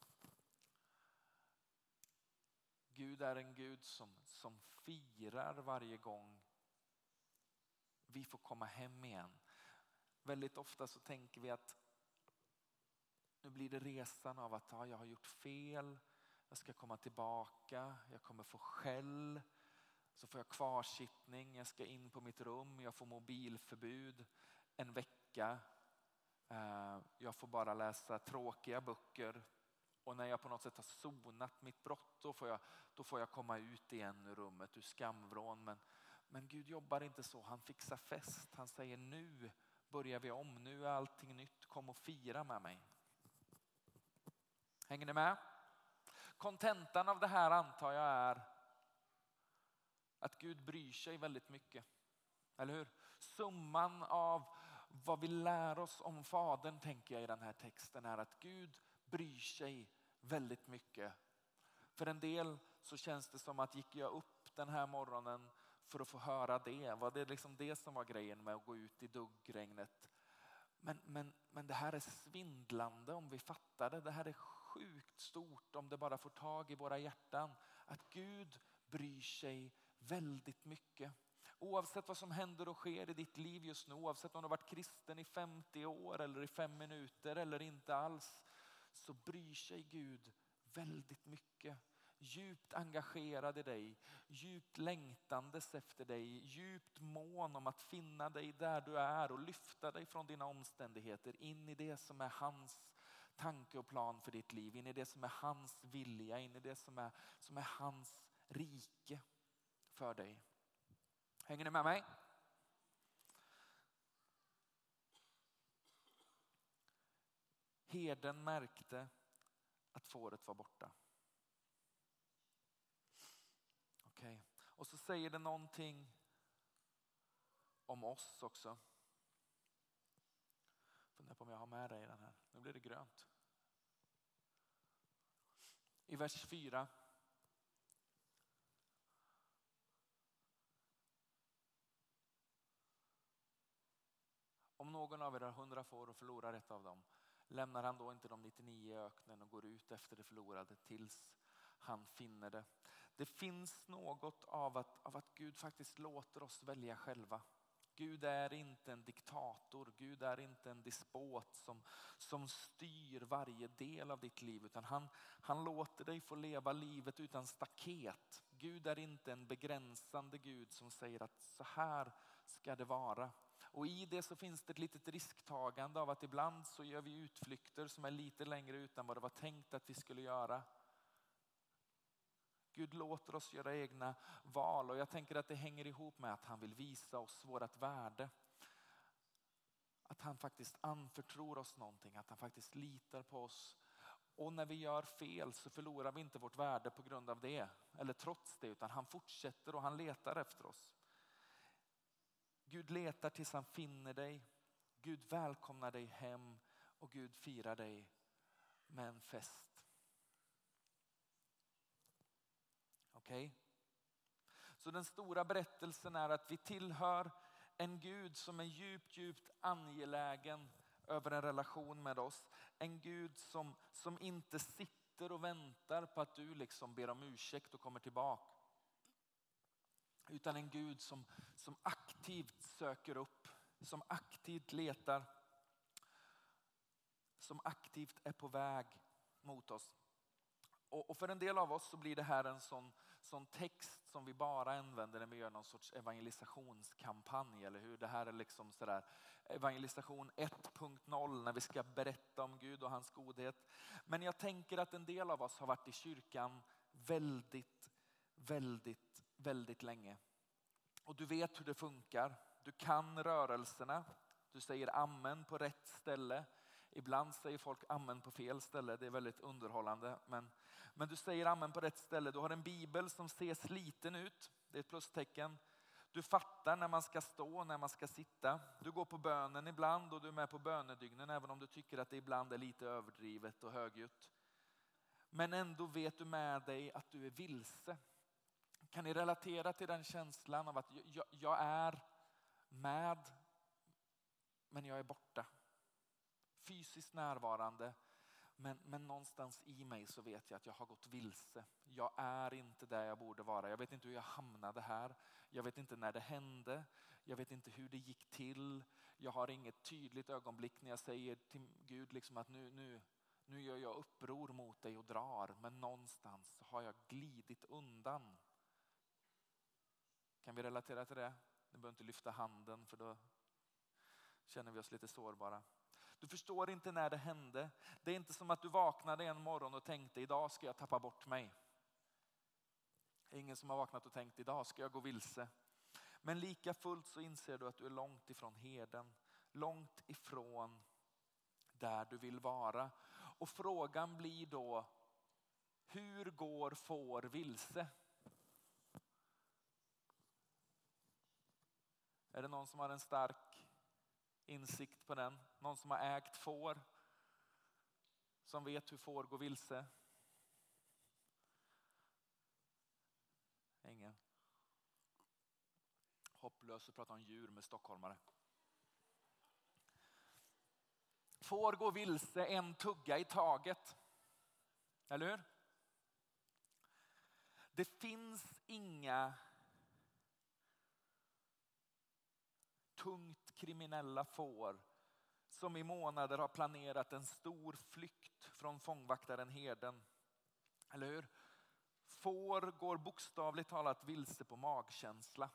Gud är en Gud som firar varje gång vi får komma hem igen. Väldigt ofta så tänker vi att nu blir det resan av att jag har gjort fel. Jag ska komma tillbaka. Jag kommer få skäll. Så får jag kvarsittning. Jag ska in på mitt rum. Jag får mobilförbud en vecka. Jag får bara läsa tråkiga böcker. Och när jag på något sätt har sonat mitt brott då får jag komma ut igen ur rummet, ur skamvrån. Men Gud jobbar inte så. Han fixar fest. Han säger nu börjar vi om. Nu är allting nytt. Kom och fira med mig. Hänger ni med? Kontentan av det här antar jag är att Gud bryr sig väldigt mycket. Eller hur? Summan av vad vi lär oss om Fadern tänker jag i den här texten är att Gud bryr sig väldigt mycket. För en del så känns det som att gick jag upp den här morgonen för att få höra det. Var det liksom det som var grejen med att gå ut i duggregnet? Men det här är svindlande om vi fattar det. Det här är sjukt stort om det bara får tag i våra hjärtan. Att Gud bryr sig väldigt mycket. Oavsett vad som händer och sker i ditt liv just nu. Oavsett om du har varit kristen i 50 år eller i 5 minuter eller inte alls. Så bryr sig Gud väldigt mycket. Djupt engagerad i dig. Djupt längtandes efter dig. Djupt mån om att finna dig där du är. Och lyfta dig från dina omständigheter. In i det som är hans tanke och plan för ditt liv. In i det som är hans vilja. In i det som är hans rike för dig. Hänger ni med mig? Herden märkte att fåret var borta. Okej. Och så säger det någonting om oss också. Funderar på om jag har med dig i den här. Nu blir det grönt. I vers 4. Om någon av er har 100 får och förlorar ett av dem, lämnar han då inte de 99 i öknen och går ut efter det förlorade tills han finner det. Det finns något av att Gud faktiskt låter oss välja själva. Gud är inte en diktator, Gud är inte en despot som styr varje del av ditt liv, utan han låter dig få leva livet utan staket. Gud är inte en begränsande Gud som säger att så här ska det vara. Och i det så finns det ett litet risktagande av att ibland så gör vi utflykter som är lite längre ut än vad det var tänkt att vi skulle göra. Gud låter oss göra egna val, och jag tänker att det hänger ihop med att han vill visa oss vårt värde. Att han faktiskt anförtror oss någonting, att han faktiskt litar på oss. Och när vi gör fel så förlorar vi inte vårt värde på grund av det, eller trots det, utan han fortsätter och han letar efter oss. Gud letar tills han finner dig. Gud välkomnar dig hem och Gud firar dig med en fest. Okej? Så den stora berättelsen är att vi tillhör en Gud som är djupt angelägen över en relation med oss. En Gud som inte sitter och väntar på att du liksom ber om ursäkt och kommer tillbaka. Utan en Gud som aktivt söker upp, som aktivt letar, som aktivt är på väg mot oss. Och för en del av oss så blir det här en sån text som vi bara använder när vi gör någon sorts evangelisationskampanj, eller hur? Det här är liksom sådär evangelisation 1.0 när vi ska berätta om Gud och hans godhet. Men jag tänker att en del av oss har varit i kyrkan väldigt länge. Och du vet hur det funkar. Du kan rörelserna. Du säger amen på rätt ställe. Ibland säger folk amen på fel ställe. Det är väldigt underhållande. Men du säger amen på rätt ställe. Du har en bibel som ser sliten ut. Det är ett plustecken. Du fattar när man ska stå och när man ska sitta. Du går på bönen ibland och du är med på bönedygnen. Även om du tycker att det ibland är lite överdrivet och högljutt. Men ändå vet du med dig att du är vilse. Kan ni relatera till den känslan av att jag är med men jag är borta? Fysiskt närvarande men någonstans i mig så vet jag att jag har gått vilse. Jag är inte där jag borde vara. Jag vet inte hur jag hamnade här. Jag vet inte när det hände. Jag vet inte hur det gick till. Jag har inget tydligt ögonblick när jag säger till Gud liksom att nu gör jag uppror mot dig och drar. Men någonstans har jag glidit undan. Kan vi relatera till det? Ni behöver inte lyfta handen för då känner vi oss lite sårbara. Du förstår inte när det hände. Det är inte som att du vaknade en morgon och tänkte idag ska jag tappa bort mig. Det är ingen som har vaknat och tänkt idag ska jag gå vilse. Men lika fullt så inser du att du är långt ifrån herden. Långt ifrån där du vill vara. Och frågan blir då, hur går får vilse? Är det någon som har en stark insikt på den? Någon som har ägt får? Som vet hur får går vilse? Ingen. Hopplöst att prata om djur med stockholmare. Får gå vilse en tugga i taget. Eller hur? Det finns inga tungt kriminella får som i månader har planerat en stor flykt från fångvaktaren herden. Eller hur? Får går bokstavligt talat vilse på magkänsla.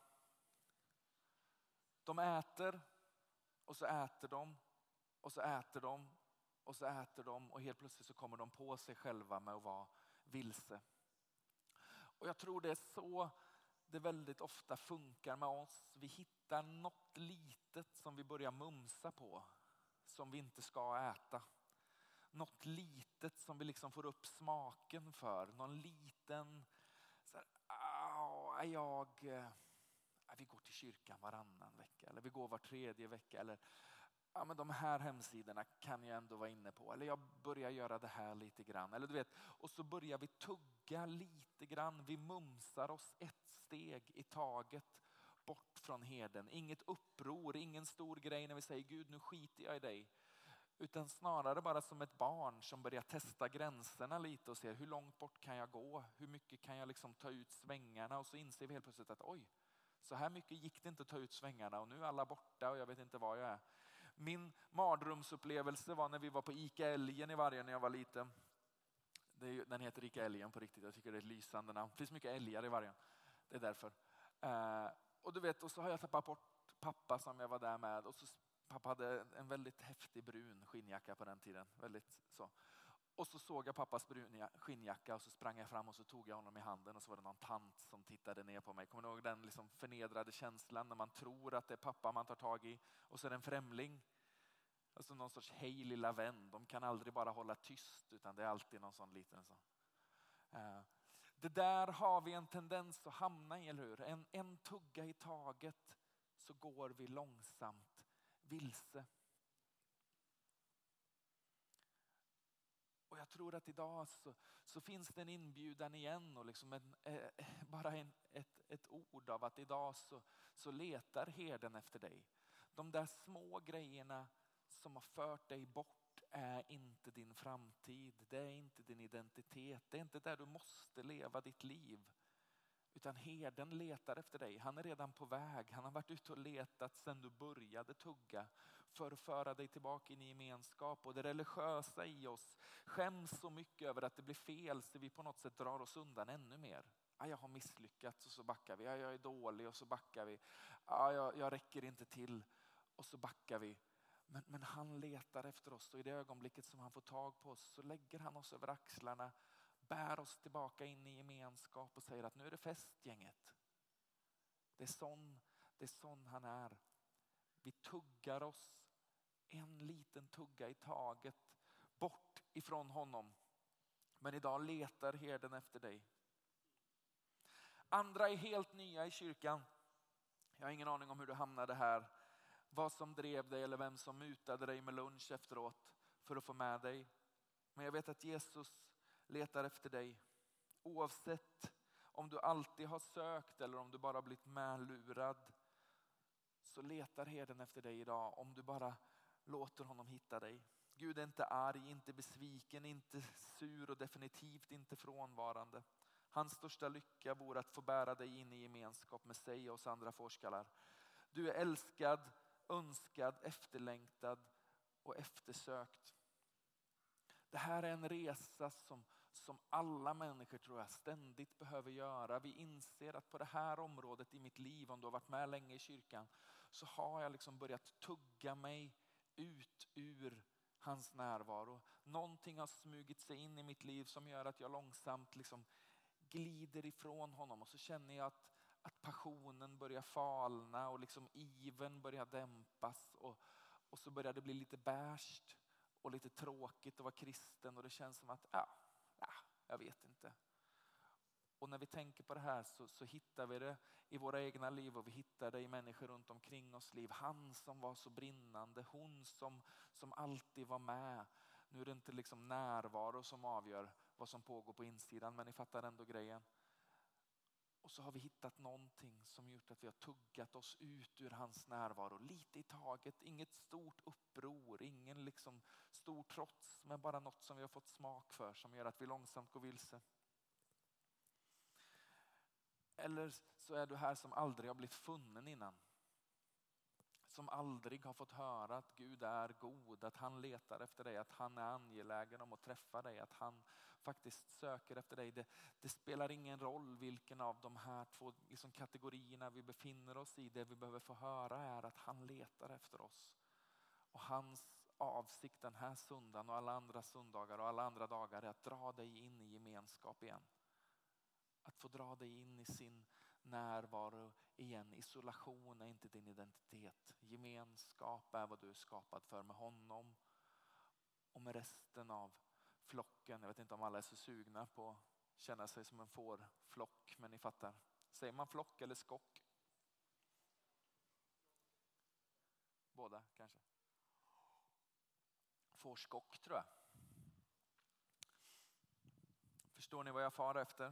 De äter och så äter de och så äter de och så äter de och helt plötsligt så kommer de på sig själva med att vara vilse. Och jag tror det är så det väldigt ofta funkar med oss. Vi hittar något litet som vi börjar mumsa på som vi inte ska äta. Något litet som vi liksom får upp smaken för. Någon liten så här, vi går till kyrkan varannan vecka eller vi går var tredje vecka eller men de här hemsidorna kan jag ändå vara inne på. Eller jag börjar göra det här lite grann. Eller du vet, och så börjar vi tugga lite grann. Vi mumsar oss ett steg i taget bort från herden. Inget uppror, ingen stor grej när vi säger Gud nu skiter jag i dig. Utan snarare bara som ett barn som börjar testa gränserna lite och ser hur långt bort kan jag gå? Hur mycket kan jag liksom ta ut svängarna? Och så inser vi helt plötsligt att oj, så här mycket gick det inte att ta ut svängarna och nu är alla borta och jag vet inte var jag är. Min mardrömsupplevelse var när vi var på Ica Älgen i Vargön när jag var liten. Den heter Ica Älgen på riktigt, jag tycker det är ett lysande namn. Det finns mycket älgar i Vargön, det är därför. Och du vet, och så har jag tappat bort pappa som jag var där med. Och så, pappa hade en väldigt häftig brun skinnjacka på den tiden. Väldigt så. Och så såg jag pappas brun skinnjacka och så sprang jag fram och så tog jag honom i handen och så var det någon tant som tittade ner på mig. Kommer du ihåg den liksom förnedrade känslan när man tror att det är pappa man tar tag i och så är det en främling? Alltså någon sorts hej lilla vän. De kan aldrig bara hålla tyst utan det är alltid någon sån liten så. Det där har vi en tendens att hamna i, eller hur? En tugga i taget så går vi långsamt vilse. Och jag tror att idag så finns det en inbjudan igen och liksom bara ett ord av att idag så letar herden efter dig. De där små grejerna som har fört dig bort är inte din framtid. Det är inte din identitet. Det är inte där du måste leva ditt liv. Utan herden letar efter dig. Han är redan på väg. Han har varit ute och letat sedan du började tugga. För att föra dig tillbaka in i gemenskap. Och det religiösa i oss skäms så mycket över att det blir fel. Så vi på något sätt drar oss undan ännu mer. Jag har misslyckats och så backar vi. Jag är dålig och så backar vi. Jag räcker inte till och så backar vi. Men han letar efter oss och i det ögonblicket som han får tag på oss så lägger han oss över axlarna. Bär oss tillbaka in i gemenskap och säger att nu är det fest gänget. Det är sån han är. Vi tuggar oss en liten tugga i taget bort ifrån honom. Men idag letar herden efter dig. Andra är helt nya i kyrkan. Jag har ingen aning om hur du hamnade här. Vad som drev dig eller vem som mutade dig med lunch efteråt för att få med dig. Men jag vet att Jesus letar efter dig. Oavsett om du alltid har sökt eller om du bara blivit medlurad. Så letar herden efter dig idag om du bara låter honom hitta dig. Gud är inte arg, inte besviken, inte sur och definitivt inte frånvarande. Hans största lycka vore att få bära dig in i gemenskap med sig och oss andra forskare. Du är älskad, önskad, efterlängtad och eftersökt. Det här är en resa som alla människor tror jag ständigt behöver göra. Vi inser att på det här området i mitt liv, om du har varit med länge i kyrkan, så har jag liksom börjat tugga mig ut ur hans närvaro. Någonting har smugit sig in i mitt liv som gör att jag långsamt liksom glider ifrån honom. Och så känner jag att passionen börjar falna och liksom ivern börjar dämpas. Och så börjar det bli lite bärst och lite tråkigt att vara kristen. Och det känns som att, jag vet inte. Och när vi tänker på det här så hittar vi det i våra egna liv och vi hittar det i människor runt omkring oss liv. Han som var så brinnande, hon som alltid var med. Nu är det inte liksom närvaro som avgör vad som pågår på insidan, men ni fattar ändå grejen. Och så har vi hittat någonting som gjort att vi har tuggat oss ut ur hans närvaro. Lite i taget, inget stort uppror, ingen liksom stor trots, men bara något som vi har fått smak för som gör att vi långsamt går vilse. Eller så är du här som aldrig har blivit funnen innan. Som aldrig har fått höra att Gud är god, att han letar efter dig, att han är angelägen om att träffa dig, att han faktiskt söker efter dig. Det spelar ingen roll vilken av de här två liksom kategorierna vi befinner oss i. Det vi behöver få höra är att han letar efter oss. Och hans avsikt den här söndagen och alla andra söndagar och alla andra dagar är att dra dig in i gemenskap igen. Att få dra dig in i sin närvaro igen. Isolation är inte din identitet. Gemenskap är vad du är skapad för med honom och med resten av flocken. Jag vet inte om alla är så sugna på att känna sig som en fårflock, men ni fattar. Säger man flock eller skock? Båda kanske. Får skock tror jag. Förstår ni vad jag far efter?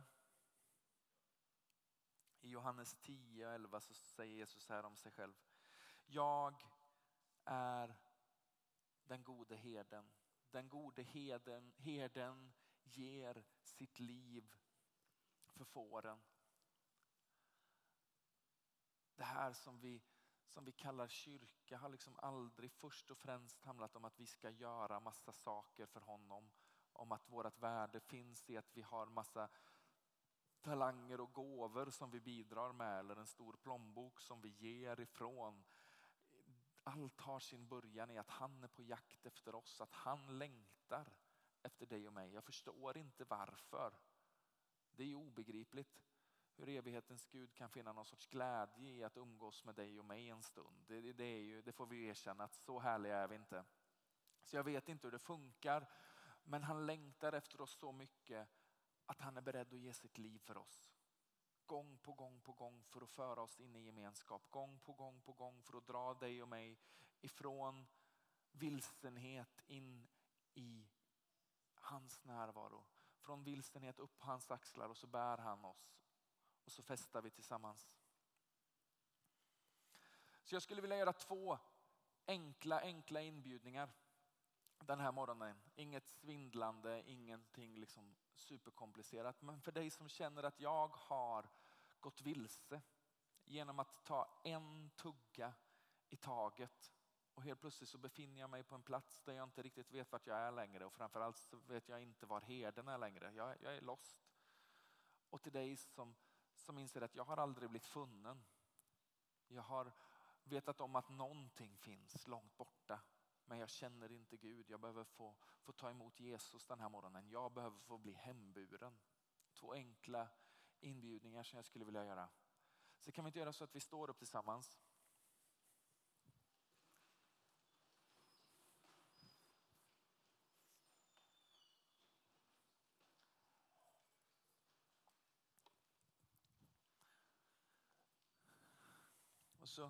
I Johannes 10:11 så säger Jesus här om sig själv. Jag är den gode herden. Den gode herden ger sitt liv för fåren. Det här som vi kallar kyrka har liksom aldrig först och främst handlat om att vi ska göra massa saker för honom. Om att vårt värde finns i att vi har massa talanger och gåvor som vi bidrar med. Eller en stor plånbok som vi ger ifrån. Allt har sin början i att han är på jakt efter oss. Att han längtar efter dig och mig. Jag förstår inte varför. Det är obegripligt. Hur evighetens Gud kan finna någon sorts glädje i att umgås med dig och mig en stund. Det får vi erkänna att så härliga är vi inte. Så jag vet inte hur det funkar. Men han längtar efter oss så mycket att han är beredd att ge sitt liv för oss. Gång på gång på gång för att föra oss in i gemenskap. Gång på gång för att dra dig och mig ifrån vilsenhet in i hans närvaro. Från vilsenhet upp på hans axlar och så bär han oss. Och så festar vi tillsammans. Så jag skulle vilja göra 2 enkla inbjudningar den här morgonen. Inget svindlande, ingenting liksom superkomplicerat. Men för dig som känner att jag har gått vilse genom att ta en tugga i taget. Och helt plötsligt så befinner jag mig på en plats där jag inte riktigt vet vart jag är längre. Och framförallt så vet jag inte var herden är längre. Jag är lost. Och till dig som inser att jag har aldrig blivit funnen. Jag har vetat om att någonting finns långt borta. Men jag känner inte Gud. Jag behöver få ta emot Jesus den här morgonen. Jag behöver få bli hemburen. 2 enkla inbjudningar som jag skulle vilja göra. Så kan vi inte göra så att vi står upp tillsammans. Och så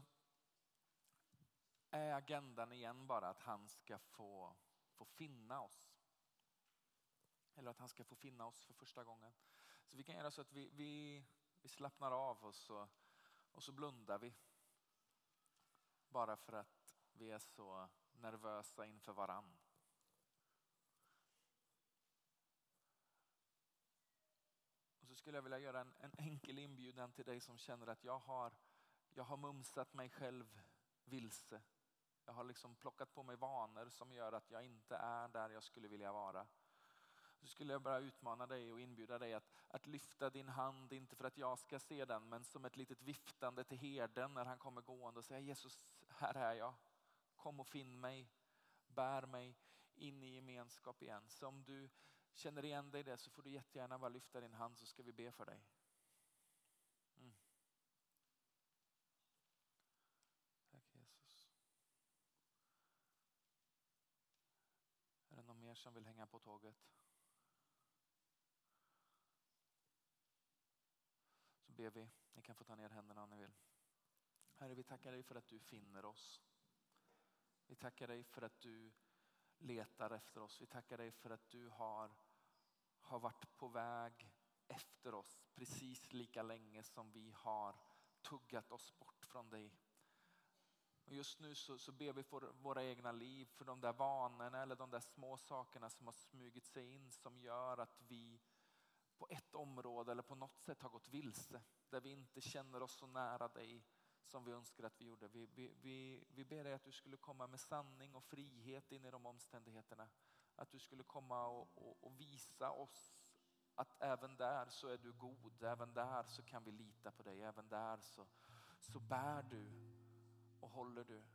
är agendan igen bara att han ska få finna oss. Eller att han ska få finna oss för första gången. Så vi kan göra så att vi slappnar av och så blundar vi. Bara för att vi är så nervösa inför varann. Och så skulle jag vilja göra en enkel inbjudan till dig som känner att jag har mumsat mig själv vilse. Jag har liksom plockat på mig vanor som gör att jag inte är där jag skulle vilja vara. Så skulle jag bara utmana dig och inbjuda dig att lyfta din hand, inte för att jag ska se den, men som ett litet viftande till herden när han kommer gående och säger: Jesus, här är jag. Kom och finn mig, bär mig in i gemenskap igen. Så om du känner igen dig i det så får du jättegärna bara lyfta din hand så ska vi be för dig. Tack Jesus. Är det någon mer som vill hänga på tåget? Så ber vi. Ni kan få ta ner händerna om ni vill. Herre, vi tackar dig för att du finner oss. Vi tackar dig för att du letar efter oss. Vi tackar dig för att du har varit på väg efter oss precis lika länge som vi har tuggat oss bort från dig. Och just nu så ber vi för våra egna liv, för de där vanorna eller de där små sakerna som har smugit sig in som gör att vi på ett område eller på något sätt har gått vilse. Där vi inte känner oss så nära dig som vi önskar att vi gjorde. Vi ber dig att du skulle komma med sanning och frihet in i de omständigheterna. Att du skulle komma och visa oss att även där så är du god. Även där så kan vi lita på dig. Även där så bär du och håller du.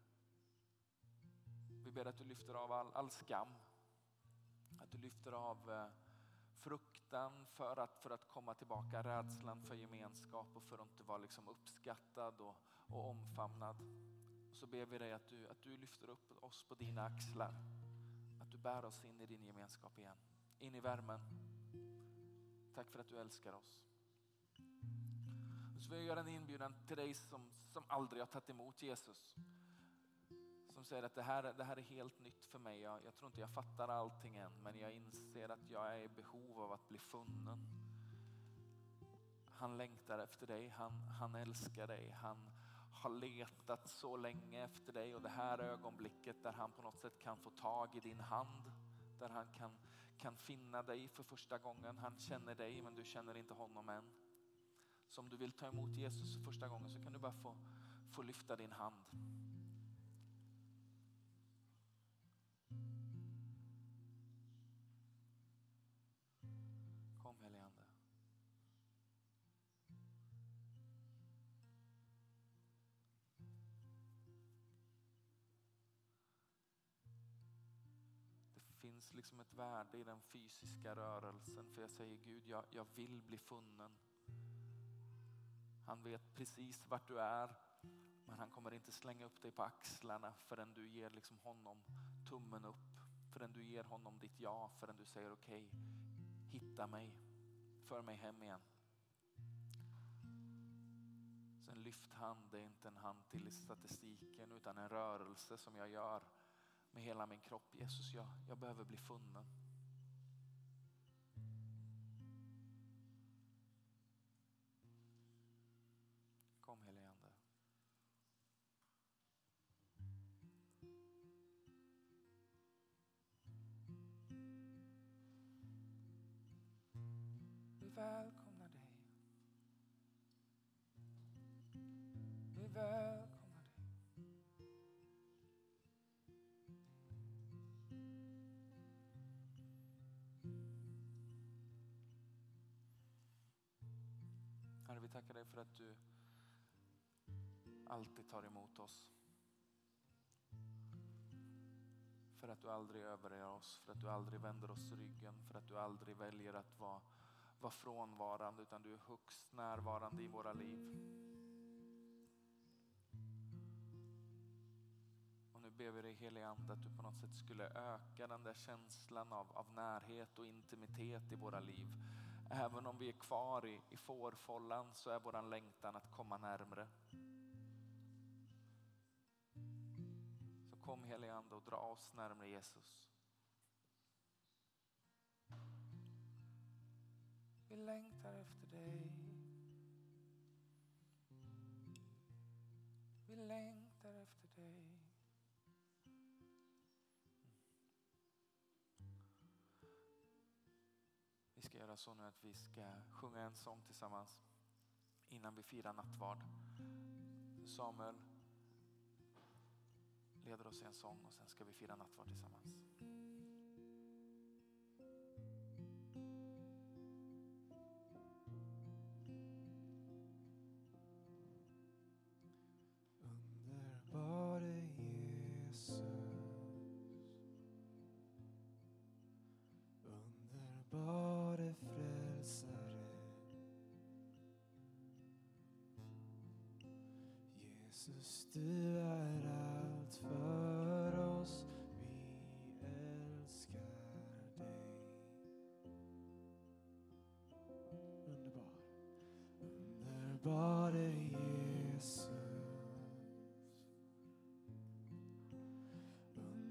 Vi ber att du lyfter av all skam. Att du lyfter av fruktan för att komma tillbaka. Rädslan för gemenskap och för att inte vara liksom uppskattad och omfamnad. Så ber vi dig att du lyfter upp oss på dina axlar. Att du bär oss in i din gemenskap igen. In i värmen. Tack för att du älskar oss. Så vill jag göra en inbjudan till dig som aldrig har tagit emot Jesus. som säger att det här är helt nytt för mig. Jag tror inte jag fattar allting än, men jag inser att jag är i behov av att bli funnen. Han längtar efter dig, han älskar dig, han har letat så länge efter dig, och det här ögonblicket där han på något sätt kan få tag i din hand, där han kan finna dig för första gången. Han känner dig, men du känner inte honom än. Så om du vill ta emot Jesus för första gången så kan du bara få lyfta din hand. Kom helige Ande. Det finns liksom ett värde i den fysiska rörelsen, för jag säger Gud, jag vill bli funnen. Han vet precis vart du är, men han kommer inte slänga upp dig på axlarna förrän du ger liksom honom tummen upp, förrän du ger honom ditt ja, förrän du säger okej, hitta mig, för mig hem igen. Så en lyft hand är inte en hand till i statistiken, utan en rörelse som jag gör med hela min kropp. Jesus, jag behöver bli funnen. Kom helige Ande. Vi välkomnar dig. Vi välkomnar dig. Herre, vi tackar dig för att du alltid tar emot oss. För att du aldrig överger oss, för att du aldrig vänder oss ryggen, för att du aldrig väljer att vara frånvarande, utan du är högst närvarande i våra liv. Och nu ber vi dig helige Ande att du på något sätt skulle öka den där känslan av närhet och intimitet i våra liv. Även om vi är kvar i fårfållan så är våran längtan att komma närmare. Så kom helige Ande och dra oss närmare Jesus. Vi längtar efter dig. Vi längtar efter dig. Vi ska göra så nu att vi ska sjunga en sång tillsammans innan vi firar nattvard. Samuel leder oss i en sång och sen ska vi fira nattvard tillsammans. Underbare Jesus, underbare frälsare. Jesus, du är allt för oss, vi älskar dig. Underbare